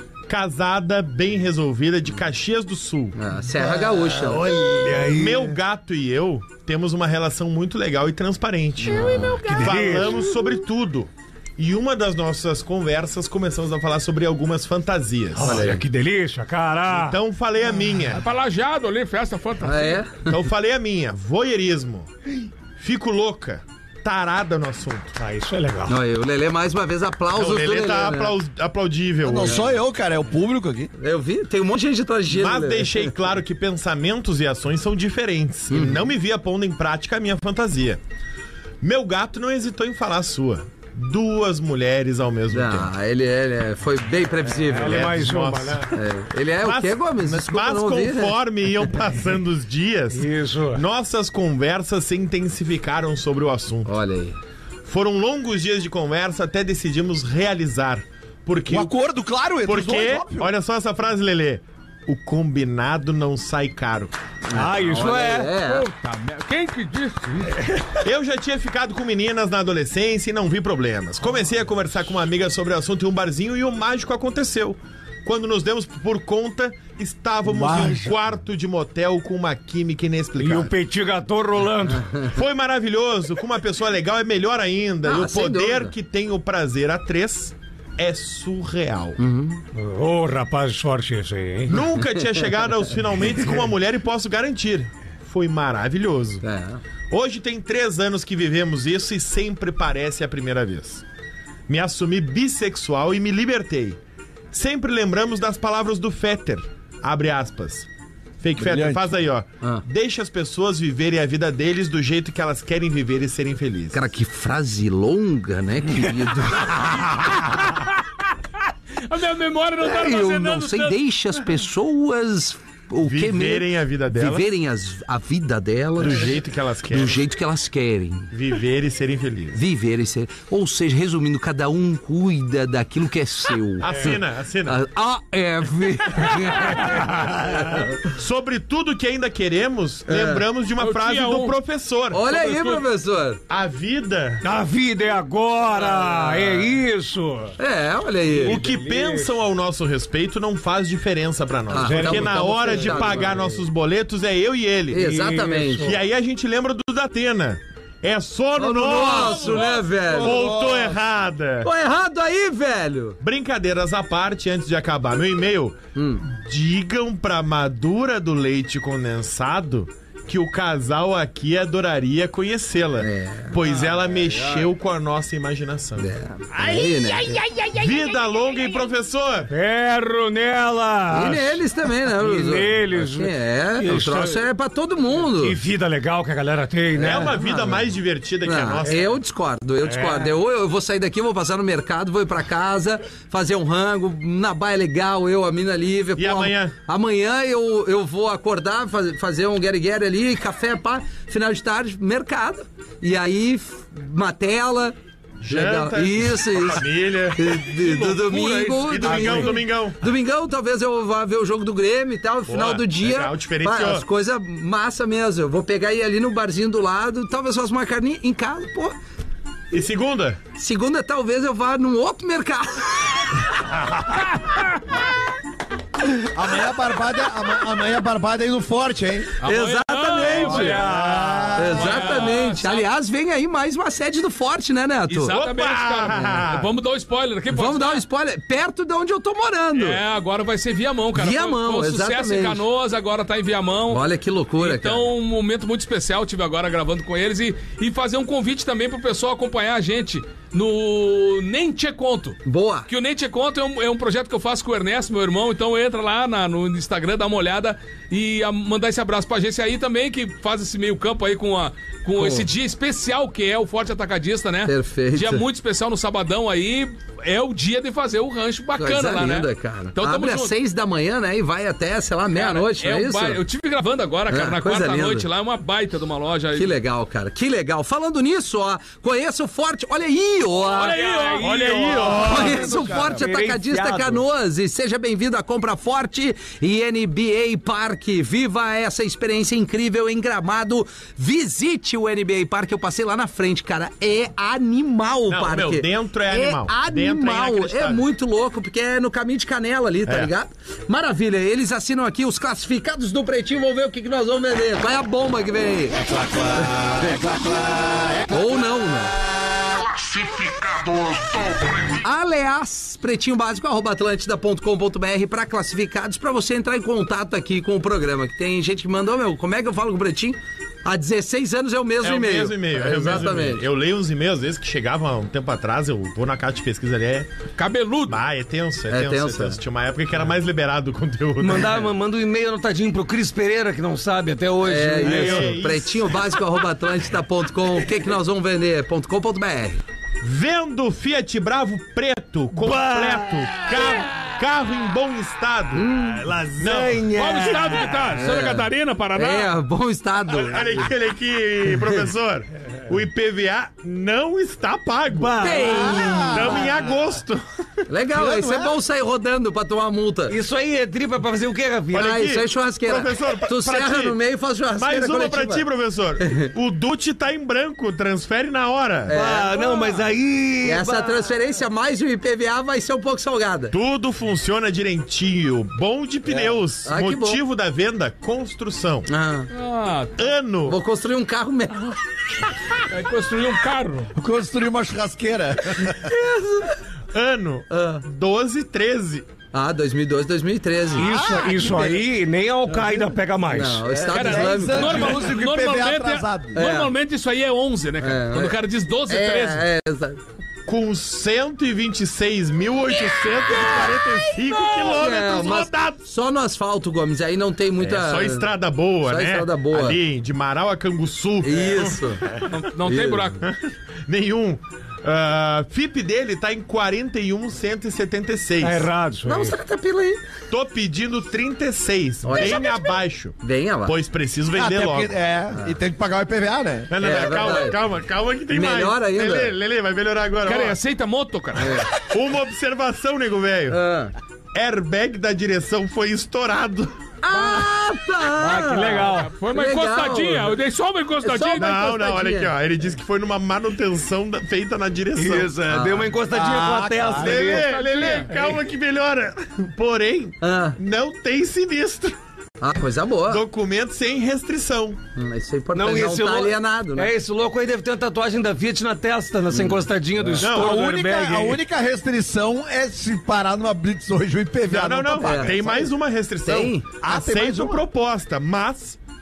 Casada, bem resolvida, de Caxias do Sul. Ah, Serra Gaúcha. Olha aí. Meu gato e eu temos uma relação muito legal e transparente. Eu e meu gato. Falamos sobre tudo. E uma das nossas conversas começamos a falar sobre algumas fantasias. Olha que delícia, cara! Então falei a minha. Tá lajado ali, festa fantástica. Ah, é? Então falei a minha. Voyeurismo. Fico louca. Tarada no assunto. Ah, isso é legal. Não, o Lelê, mais uma vez, aplausos O do Lelê Lelê, tá né? aplaus- aplaudível. Não hoje. sou eu, cara, é o público aqui. Eu vi, tem um monte de gente atrás de Mas Lelê. deixei claro que pensamentos e ações são diferentes. E não me via pondo em prática a minha fantasia. Meu gato não hesitou em falar a sua. Duas mulheres ao mesmo tempo. Ah, ele, ele é- foi bem previsível. Ele é mais uma, nossa. né? É, ele é o quê, Gomes? Desculpa, mas não ouvi, né? conforme iam passando os dias, Isso. nossas conversas se intensificaram sobre o assunto. Olha aí. Foram longos dias de conversa até decidimos realizar. Porque, Um acordo, claro, entre os porque dois, óbvio. olha só essa frase, Lelê. O combinado não sai caro. Ah, isso Olha, é. é. Puta merda. Quem que disse isso? Eu já tinha ficado com meninas na adolescência e não vi problemas. Comecei a conversar com uma amiga sobre o assunto em um barzinho e o mágico aconteceu. Quando nos demos por conta, estávamos em um quarto de motel com uma química E inexplicável. o petit gâteau rolando. Foi maravilhoso, com uma pessoa legal é melhor ainda. Ah, e o sem poder dúvida. que tem o prazer a três é surreal. Ô, rapaz, sorte esse aí, hein? Nunca tinha chegado aos finalmente com uma mulher e posso garantir. Foi maravilhoso. É. Hoje tem três anos que vivemos isso e sempre parece a primeira vez. Me assumi bissexual e me libertei. Sempre lembramos das palavras do Fetter. Abre aspas. Fake Fetter, Brilhante. faz aí, ó. Ah. Deixa as pessoas viverem a vida deles do jeito que elas querem viver e serem felizes. Cara, que frase longa, né, querido? A minha memória não tá Eu armazenando não sei, tanto. deixa as pessoas... O que Viverem mesmo? a vida delas. Viverem as- a vida delas. Do jeito que elas querem. Do jeito que elas querem. Viver e serem felizes. Viver e ser. Ou seja, resumindo, cada um cuida daquilo que é seu. Assina, assina. A F. Sobre tudo que ainda queremos, É. lembramos de uma Eu frase tinha do um. professor. Olha aí, professor. A vida... A vida é agora! É isso! É, olha aí. O que pensam ao nosso respeito não faz diferença pra nós. Ah, porque tamo- na tamo hora de fechado, pagar mano. nossos boletos é eu e ele. Exatamente. E aí a gente lembra do Datena. É só no No nosso. nosso, né, velho? Voltou errada. Tô errado aí, velho. Brincadeiras à parte, antes de acabar meu e-mail, Hum. digam pra madura do leite condensado que o casal aqui adoraria conhecê-la, É. pois ela mexeu com a nossa imaginação. Aí, né? Vida longa e professor! Ferro nela! E neles também, né? E Os- neles. É, o Isso troço é pra todo mundo. Que vida legal que a galera tem, né? É uma vida mais divertida que a Não, nossa. eu discordo, eu discordo. Eu, eu vou sair daqui, vou passar no mercado, vou ir pra casa, fazer um rango, na baia legal, eu, a mina Lívia. E amanhã? Amanhã eu, eu vou acordar, faz- fazer um guerre-guerre ali, café, pá, final de tarde, mercado. E aí, f- uma tela. Janta, legal. Isso, isso. família. E- e- do domingo, E domingão, domingão. Domingão, talvez eu vá ver o jogo do Grêmio e tal, final do dia. legal, diferenciou. pá, as coisas massa mesmo. Eu vou pegar e ir ali no barzinho do lado, talvez faça uma carninha em casa, pô. E segunda? Segunda, talvez eu vá num outro mercado. Amanhã a barbada, ama- amanhã a barbada é no forte, hein? Exatamente. Olha. Exatamente. Aliás, vem aí mais uma sede do Forte, né, Neto? Exatamente, Opa! cara. Vamos dar um spoiler aqui. pode Vamos dar um ser? spoiler. Perto de onde eu tô morando. É, agora vai ser Viamão, cara. Viamão, Foi, foi um sucesso exatamente. em Canoas, agora tá em Viamão. Olha que loucura, Então, cara. um momento muito especial, tive agora gravando com eles e, e fazer um convite também pro pessoal acompanhar a gente no Nem Te Conto. Boa. Que o Nem Te Conto é um, é um projeto que eu faço com o Ernesto, meu irmão. Então entra lá na- no Instagram, dá uma olhada e a- mandar esse abraço pra agência aí também, que faz esse meio campo aí com, a, com esse dia especial que é o Forte Atacadista, né? Perfeito. Dia muito especial no sabadão aí. É o dia de fazer o rancho bacana Coisa lá, linda, né? cara. Então tamo Abre às junto. seis da manhã, né? E vai até, sei lá, meia-noite, É não é um isso? bai- Eu tive gravando agora, cara, Ah, na coisa quarta-noite linda. lá, é uma baita de uma loja. Que legal, cara. Que legal. Falando nisso, ó, conheça o Forte. Olha aí, ó. Olha aí, ó. Olha aí, ó. Conheça o Forte Atacadista Diferenciado. Canoas e seja bem-vindo à Compra Forte e N B A Parque. Viva essa experiência incrível em Gramado. Visite o N B A Parque. Eu passei lá na frente, cara. É animal o Não, parque. meu, dentro é animal. É Dentro é animal. É, inacreditável. muito louco, porque é no caminho de Canela ali, tá É. ligado? Maravilha. Eles assinam aqui os classificados do Pretinho. Vamos ver o que, que nós vamos vender. Qual é a bomba que vem aí? Ou não, né? Aliás, pretinho básico, arroba atlântida ponto com ponto br para classificados, pra você entrar em contato aqui com o programa. Que tem gente que mandou, meu, como é que eu falo com o pretinho? Há dezesseis anos é o mesmo É o e-mail. mesmo e-mail. é o mesmo Exatamente. e-mail. Eu leio uns e-mails, às vezes, que chegavam há um tempo atrás, eu vou na caixa de pesquisa ali, é... Cabeludo. Ah, é tenso, é, É tenso, tenso, é tenso. é. Tinha uma época que era mais liberado o conteúdo. Mandar, manda um e-mail anotadinho pro Cris Pereira, que não sabe até hoje. É né? isso. É isso. Pretinho básico, arroba atlântida ponto com. O que que nós vamos vender? .com.br. Vendo Fiat Bravo preto, completo, carro, carro em bom estado. Lasanha. Qual estado que tá? Santa Catarina, Paraná? É, bom estado. Olha aqui, olha aqui, professor. O I P V A não está pago. Estamos em agosto. Legal, isso é bom sair rodando pra tomar multa. Isso aí é tripa pra fazer o quê, Rafinha? Olha Ah, aqui, isso é churrasqueira. professor, pra- tu pra serra ti. no meio e faz churrasqueira Mais uma pra coletiva. ti, professor. O Dutti tá em branco, transfere na hora. Ah, não, mas aí... E essa bah. transferência mais o I P V A vai ser um pouco salgada. Tudo funciona direitinho. Bom de pneus. Ah, que Motivo da venda, construção. Ah, Ah, Ano, vou construir um carro mesmo. vai construir um carro. Construir uma churrasqueira. ano, Ah. doze, treze. Ah, dois mil e doze, dois mil e treze. Isso, isso aí nem a Al-Qaeda pega mais. Não, o Estado Cara, Islâmico. normal- uso de normalmente, I P V A é- atrasado. normalmente isso aí é onze, né, cara? É, Quando é. o cara diz doze, treze. É, é, exato. Com cento e vinte e seis mil oitocentos e quarenta e cinco Não, quilômetros mas rodados. só no asfalto, Gomes, aí não tem muita... É só estrada boa, Só né? estrada boa. Ali, de Marau a Canguçu. Isso. Não, não tem Isso. buraco. Nenhum. Ah, F I P dele tá em quarenta e um, cento e setenta e seis. Tá errado isso Dá aí. uns trinta pila aí. Tô pedindo trinta e seis, Olha. bem abaixo. Venha lá. Pois preciso vender Até logo. porque- é, e tem que pagar o I P V A, né? Não, não, É, não, calma, verdade. calma, calma que tem mais. Melhor ainda. Lelê, Lelê, vai melhorar agora. Cara, ó. e aceita moto, cara? Uma observação, nego velho. Ah, Airbag da direção foi estourado. ah tá. Ah, que legal. Foi uma Legal. encostadinha. Eu dei só uma encostadinha. Só uma- Não, não, olha aqui, encostadinha. ó. Ele disse que foi numa manutenção da- feita na direção. Isso, é, deu uma encostadinha com a testa ali. Lelê, Lelê, calma que melhora. Porém, Ah, não tem sinistro. ah, coisa boa. Documento sem restrição. Hum, Isso é importante. Não, esse tá lou- alienado, né? É, esse louco aí deve ter uma tatuagem da Fiat na testa, nessa encostadinha do A estouro do única, airbag. a aí. única restrição é se parar numa Blitz hoje o I P V A Não, não, tá não. pago. É, tem só mais uma restrição. Tem? Ah, tem mais Aceito uma? proposta, mas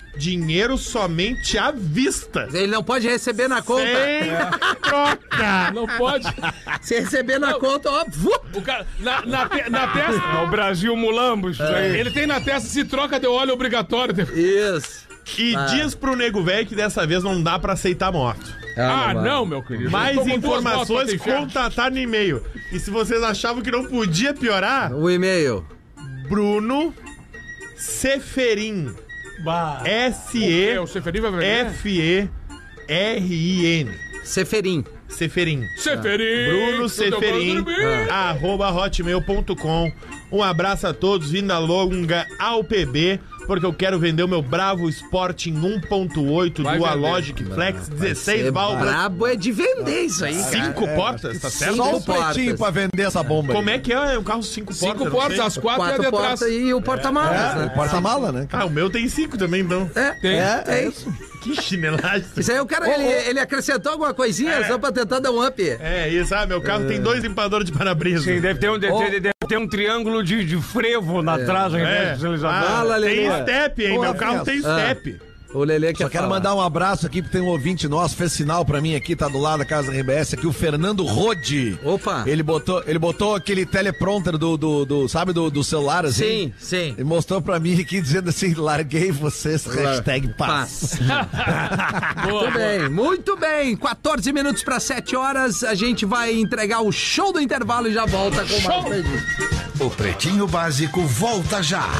dinheiro somente à vista. Ele não pode receber na conta. Sem troca. Não pode. Se receber na conta, ó, vu, O cara, na, na, te- na testa. É o Brasil mulambo, isso aí. Ele tem na testa, se troca de óleo obrigatório. isso. E diz pro nego velho que dessa vez não dá pra aceitar moto. Ah, não, meu querido. Mais Eu tô com duas motos pra informações, te enfiar. contatar no e-mail. E se vocês achavam que não podia piorar, O e-mail. Bruno Seferin. Bah. S É, o Seferin vai E ver. F E R I N. Seferin. Seferin. Seferin. Bruno Seferin, arroba hotmail ponto com. Um abraço a todos, vinda longa ao P B, porque eu quero vender o meu Bravo Sporting um ponto oito Vai Dual vender. Logic Flex, dezesseis É válvulas, brabo é de vender isso aí, cara. cinco portas, tá certo? Cinco Só o pretinho portas. pra vender essa bomba. Como é que é? É um carro cinco portas? Cinco eu não portas, sei. as quatro, e a Quatro de trás. portas e o porta-malas, É, né? porta-mala, né? Ah, o meu tem cinco também, então. É, Tem. é, é É, isso. Que chinelagem. Isso aí o cara, ele, ele acrescentou alguma coisinha só pra tentar dar um up. É isso, ah, meu carro tem dois limpadores de para-brisa. Sim, deve ter um, deve ter, deve ter um triângulo de, de frevo na trás ao invés É. do sinalizador. Fala, Ah, tem Lelê. step, hein? Ô, Meu carro tem Rafinha. step. O Lelê quer Só quero falar. mandar um abraço aqui, porque tem um ouvinte nosso, fez sinal pra mim aqui, tá do lado da casa da R B S, aqui, o Fernando Rode. Opa. Ele botou, ele botou aquele teleprompter do, do, do sabe, do, do celular, assim. Sim, sim. E mostrou pra mim aqui, dizendo assim, larguei vocês, hashtag paz. Muito bem, muito bem. quatorze minutos para sete horas. A gente vai entregar o show do intervalo e já volta com mais Pretinho. O Pretinho Básico volta já.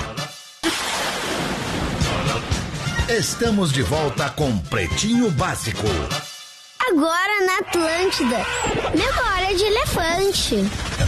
Estamos de volta com Pretinho Básico. Agora na Atlântida. Memória de elefante.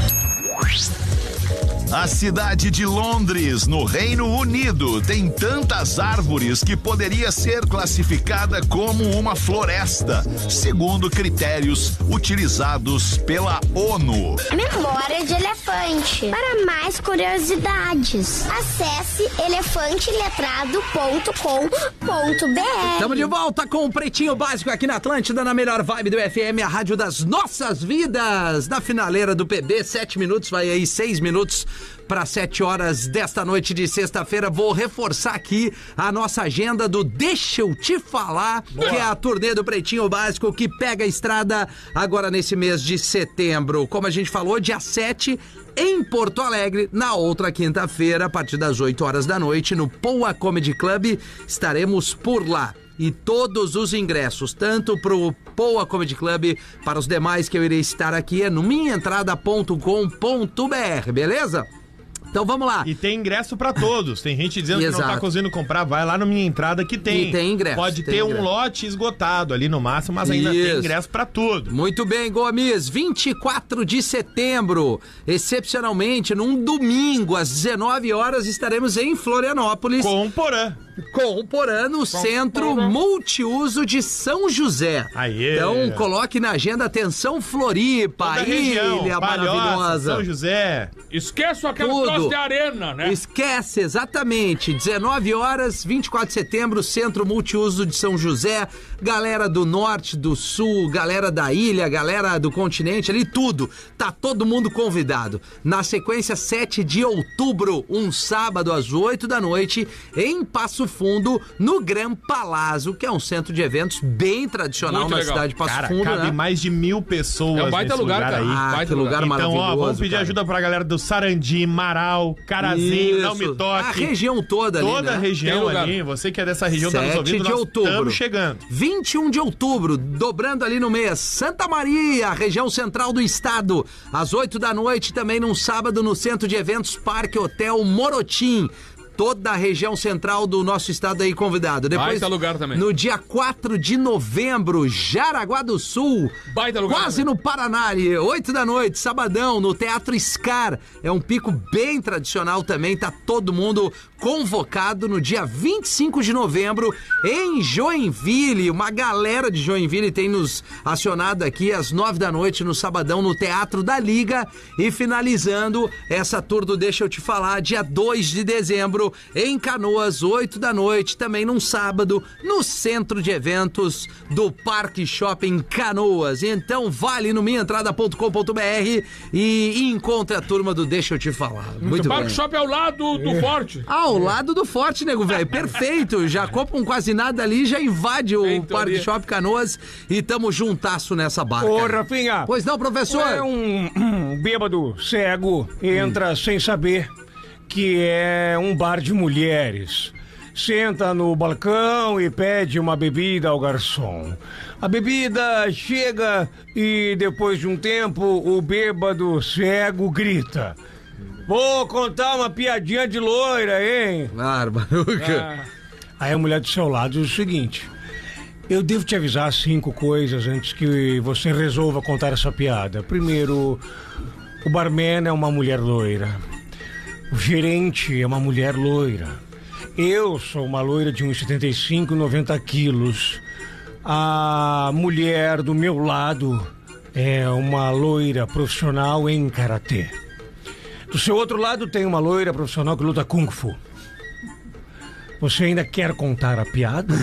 A cidade de Londres, no Reino Unido, tem tantas árvores que poderia ser classificada como uma floresta, segundo critérios utilizados pela ONU. Memória de elefante. Para mais curiosidades, acesse elefante letrado ponto com ponto b r. Estamos de volta com o Pretinho Básico aqui na Atlântida, na melhor vibe do F M, a rádio das nossas vidas. Na finaleira do P B, sete minutos, vai aí seis minutos para sete horas desta noite de sexta-feira. Vou reforçar aqui a nossa agenda do Deixa Eu Te Falar, Boa. que é a turnê do Pretinho Básico, que pega a estrada agora nesse mês de setembro. Como a gente falou, dia sete, em Porto Alegre, na outra quinta-feira, a partir das oito horas da noite, no Poa Comedy Club, estaremos por lá. E todos os ingressos, tanto pro Poa Comedy Club, para os demais que eu irei citar aqui, é no minha entrada ponto com ponto b r, beleza? Então vamos lá. E tem ingresso pra todos. Tem gente dizendo Exato. que não tá conseguindo comprar. Vai lá na minha entrada que tem. E tem ingresso, Pode tem ter ingresso. um lote esgotado ali no máximo, mas ainda Isso. tem ingresso pra tudo. Muito bem, Gomes. vinte e quatro de setembro, excepcionalmente, num domingo, às dezenove horas, estaremos em Florianópolis. Com o Porã. Com o Porã, no Centro Multiuso de São José. Aê. Então, coloque na agenda, atenção, Floripa, Toda a região, ilha Palhoça, maravilhosa. São José. Esquece aquela Tudo. troço de arena, né? Esquece, exatamente. dezenove horas, vinte e quatro de setembro, Centro Multiuso de São José. Galera do norte, do sul, galera da ilha, galera do continente, ali tudo. Tá todo mundo convidado. Na sequência, sete de outubro, um sábado às oito da noite, em Passo Fundo, no Gran Palazzo, que é um centro de eventos bem tradicional Muito na legal. cidade de Passo Cara, Fundo, cabe né? mais de mil pessoas É um baita nesse lugar, lugar cara. aí. Ah, Baita que lugar lugar. maravilhoso. Então, ó, vamos pedir cara. ajuda pra galera do Sarandi, Marau, Carazinho, Não Me Isso. Toque. A região toda ali, Toda né? a Tem região lugar. ali. Você que é dessa região, tá nos sete ouvindo, de nós outubro. estamos chegando. vinte e um de outubro, dobrando ali no mês. Santa Maria, região central do estado. Às oito da noite, também num sábado, no Centro de Eventos Parque Hotel Morotim. Toda a região central do nosso estado aí convidado. Depois, Baita lugar também. no dia quatro de novembro, Jaraguá do Sul. Baita lugar Quase também. no Paraná, ali, oito da noite, sabadão, no Teatro Scar. É um pico bem tradicional também, tá todo mundo convocado no dia vinte e cinco de novembro em Joinville. Uma galera de Joinville tem nos acionado aqui às nove da noite no sabadão no Teatro da Liga. E finalizando essa tour do Deixa Eu Te Falar, dia dois de dezembro, julho, em Canoas, oito da noite, também num sábado, no centro de eventos do Parque Shopping Canoas. Então, vale no minha entrada ponto com ponto b r e encontre a turma do Deixa Eu Te Falar. Muito o bem. Parque Shopping é ao lado do Forte. Ao lado do Forte, nego velho. Perfeito. Já compra um quase nada ali, já invade o Feito Parque ali. Shopping Canoas e tamo juntasso nessa barca. Ô, Rafinha. Pois não, professor? É um, um bêbado cego entra sem saber que é um bar de mulheres. Senta no balcão e pede uma bebida ao garçom. A bebida chega e depois de um tempo o bêbado cego grita: vou contar uma piadinha de loira, hein? Barbaruca. Ah. Aí a mulher do seu lado diz o seguinte: eu devo te avisar cinco coisas antes que você resolva contar essa piada. Primeiro, o barman é uma mulher loira. O gerente é uma mulher loira. Eu sou uma loira de uns setenta e cinco, noventa quilos. A mulher do meu lado é uma loira profissional em karatê. Do seu outro lado tem uma loira profissional que luta kung fu. Você ainda quer contar a piada?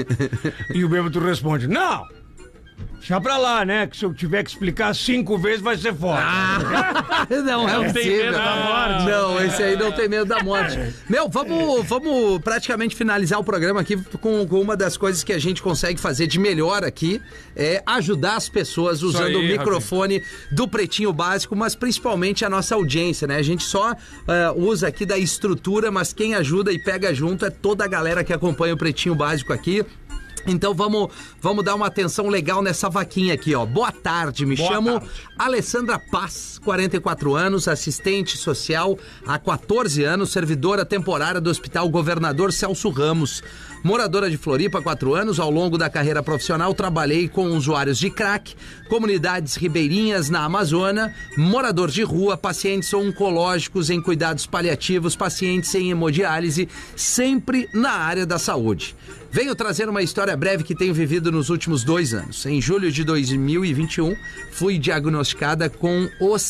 E o bêbado responde: não! Deixa pra lá, né? Que se eu tiver que explicar cinco vezes vai ser foda. Ah, não é Não tem possível. medo da morte. Não, esse aí não tem medo da morte. Meu, vamos, vamos praticamente finalizar o programa aqui com, com uma das coisas que a gente consegue fazer de melhor aqui, é ajudar as pessoas usando aí, o microfone do Pretinho Básico, mas principalmente a nossa audiência, né? A gente só uh, usa aqui da estrutura, mas quem ajuda e pega junto é toda a galera que acompanha o Pretinho Básico aqui. Então vamos, vamos dar uma atenção legal nessa vaquinha aqui, ó. Boa tarde, me Boa chamo tarde. Alessandra Paz, quarenta e quatro anos, assistente social há quatorze anos, servidora temporária do Hospital Governador Celso Ramos. Moradora de Floripa há quatro anos, ao longo da carreira profissional trabalhei com usuários de crack, comunidades ribeirinhas na Amazônia, morador de rua, pacientes oncológicos em cuidados paliativos, pacientes em hemodiálise, sempre na área da saúde. Venho trazer uma história breve que tenho vivido nos últimos dois anos. Em julho de dois mil e vinte e um, fui diagnosticada com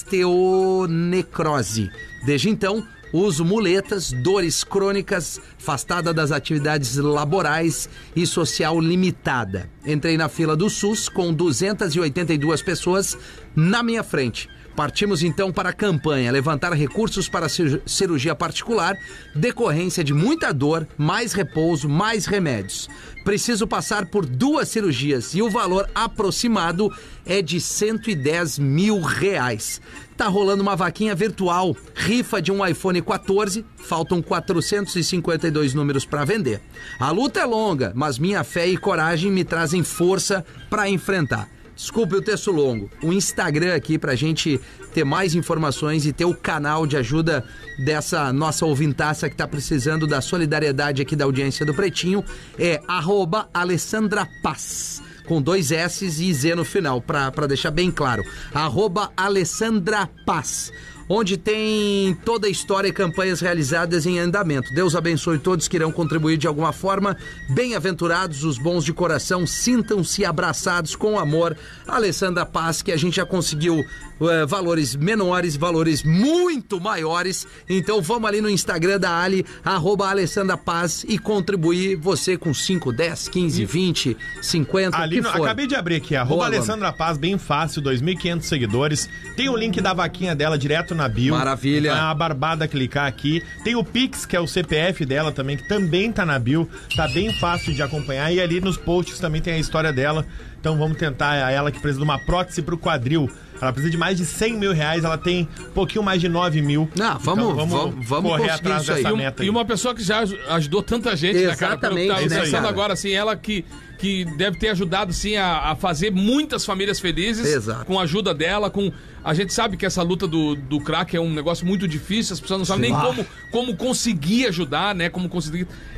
osteonecrose. Desde então, uso muletas, dores crônicas, afastada das atividades laborais e social limitada. Entrei na fila do SUS com duzentas e oitenta e duas pessoas na minha frente. Partimos então para a campanha, levantar recursos para cirurgia particular, decorrência de muita dor, mais repouso, mais remédios. Preciso passar por duas cirurgias e o valor aproximado é de cento e dez mil reais. Tá rolando uma vaquinha virtual, rifa de um iPhone quatorze, faltam quatrocentos e cinquenta e dois números para vender. A luta é longa, mas minha fé e coragem me trazem força para enfrentar. Desculpe o texto longo. O Instagram aqui pra gente ter mais informações e ter o canal de ajuda dessa nossa ouvintaça que tá precisando da solidariedade aqui da audiência do Pretinho é arroba Alessandra Paz, com dois S's e Z no final, pra, pra deixar bem claro. Arroba Alessandra Paz, onde tem toda a história e campanhas realizadas em andamento. Deus abençoe todos que irão contribuir de alguma forma. Bem-aventurados os bons de coração, sintam-se abraçados com amor. Alessandra Paz, que a gente já conseguiu uh, valores menores, valores muito maiores. Então vamos ali no Instagram da Ali, arroba Alessandra Paz, e contribuir você com cinco, dez, quinze, vinte, cinquenta, Ali o que no- for. acabei de abrir aqui, arroba Boa, Alessandra Paz, bem fácil, dois mil e quinhentos seguidores. Tem o link da vaquinha dela direto na bio. Maravilha. É uma barbada clicar aqui. Tem o Pix, que é o C P F dela também, que também tá na bio. Tá bem fácil de acompanhar. E ali nos posts também tem a história dela. Então vamos tentar, a ela que precisa de uma prótese pro quadril. Ela precisa de mais de cem mil reais, ela tem um pouquinho mais de nove mil. Não, vamos- Então, vamos- vamos correr conseguir atrás isso aí. dessa E, um- meta e aí. uma pessoa que já aj- ajudou tanta gente, né, cara? Pelo que Exatamente, tá né, pensando cara? agora, assim, ela que, que deve ter ajudado, assim, a, a fazer muitas famílias felizes. Exato. Com a ajuda dela, com... A gente sabe que essa luta do, do crack é um negócio muito difícil, as pessoas não sabem nem como, como conseguir ajudar, né? Como conseguir...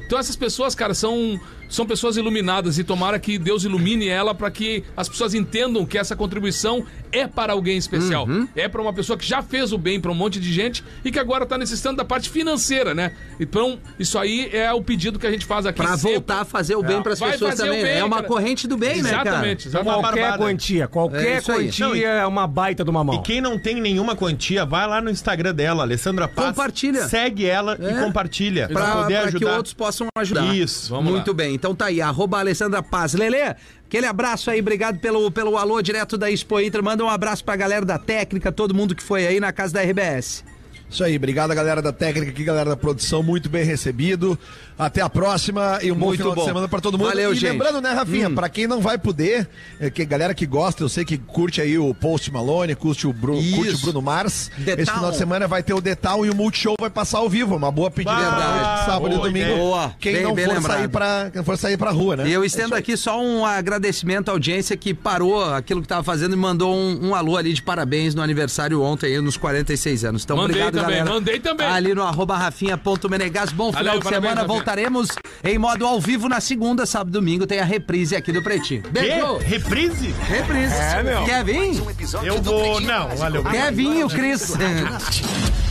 Então essas pessoas, cara, são, são pessoas iluminadas e tomara que Deus ilumine ela para que as pessoas entendam que essa contribuição é para alguém especial. Uhum. É para uma pessoa que já fez o bem para um monte de gente e que agora tá necessitando da parte financeira, né? Então, isso aí é o pedido que a gente faz aqui. Pra sempre. voltar a fazer o bem É. para as Vai pessoas fazer também. o bem, é uma cara. corrente do bem, né, cara? Exatamente. exatamente. Qualquer barbada. quantia, É qualquer isso aí. quantia é uma baita de uma mão. E quem não tem nenhuma quantia, vai lá no Instagram dela, Alessandra Paz. Compartilha. Segue ela É. e compartilha. Pra, Pra, poder pra ajudar. que outros possam ajudar. Isso. Vamos Muito lá. bem. Então tá aí, arroba Alessandra Paz. Lelê, aquele abraço aí, obrigado pelo, pelo alô direto da Expo Inter. Manda um abraço pra galera da técnica, todo mundo que foi aí na casa da R B S. Isso aí, obrigado a galera da técnica aqui, galera da produção, muito bem recebido. Até a próxima e um bom Muito final bom. de semana pra todo mundo. Valeu, e gente. lembrando, né, Rafinha, Hum. pra quem não vai poder, é, que galera que gosta, eu sei que curte aí o Post Malone, curte o, Bru, Isso. curte o Bruno Mars. The Esse Town. final de semana vai ter o The Town e o Multishow vai passar ao vivo. Uma boa pedida Bah, pra noite de sábado e boa domingo. ideia. Boa. Quem Bem- não bem for lembrado. sair pra, quem for sair pra rua, né? E eu É estendo isso aí. aqui só um agradecimento à audiência que parou aquilo que tava fazendo e mandou um, um alô ali de parabéns no aniversário ontem, aí, nos quarenta e seis anos. Então, Mandei obrigado, também, galera. mandei também. Ali no arroba rafinha.menegas. Bom final Valeu, de parabéns, semana. Rafinha. Voltaremos em modo ao vivo na segunda, sábado e domingo. Tem a reprise aqui do Pretinho. Beijo! Que? Reprise? Reprise. É, meu. Quer vir? Eu vou. Não, valeu. Quer vir, o Cris?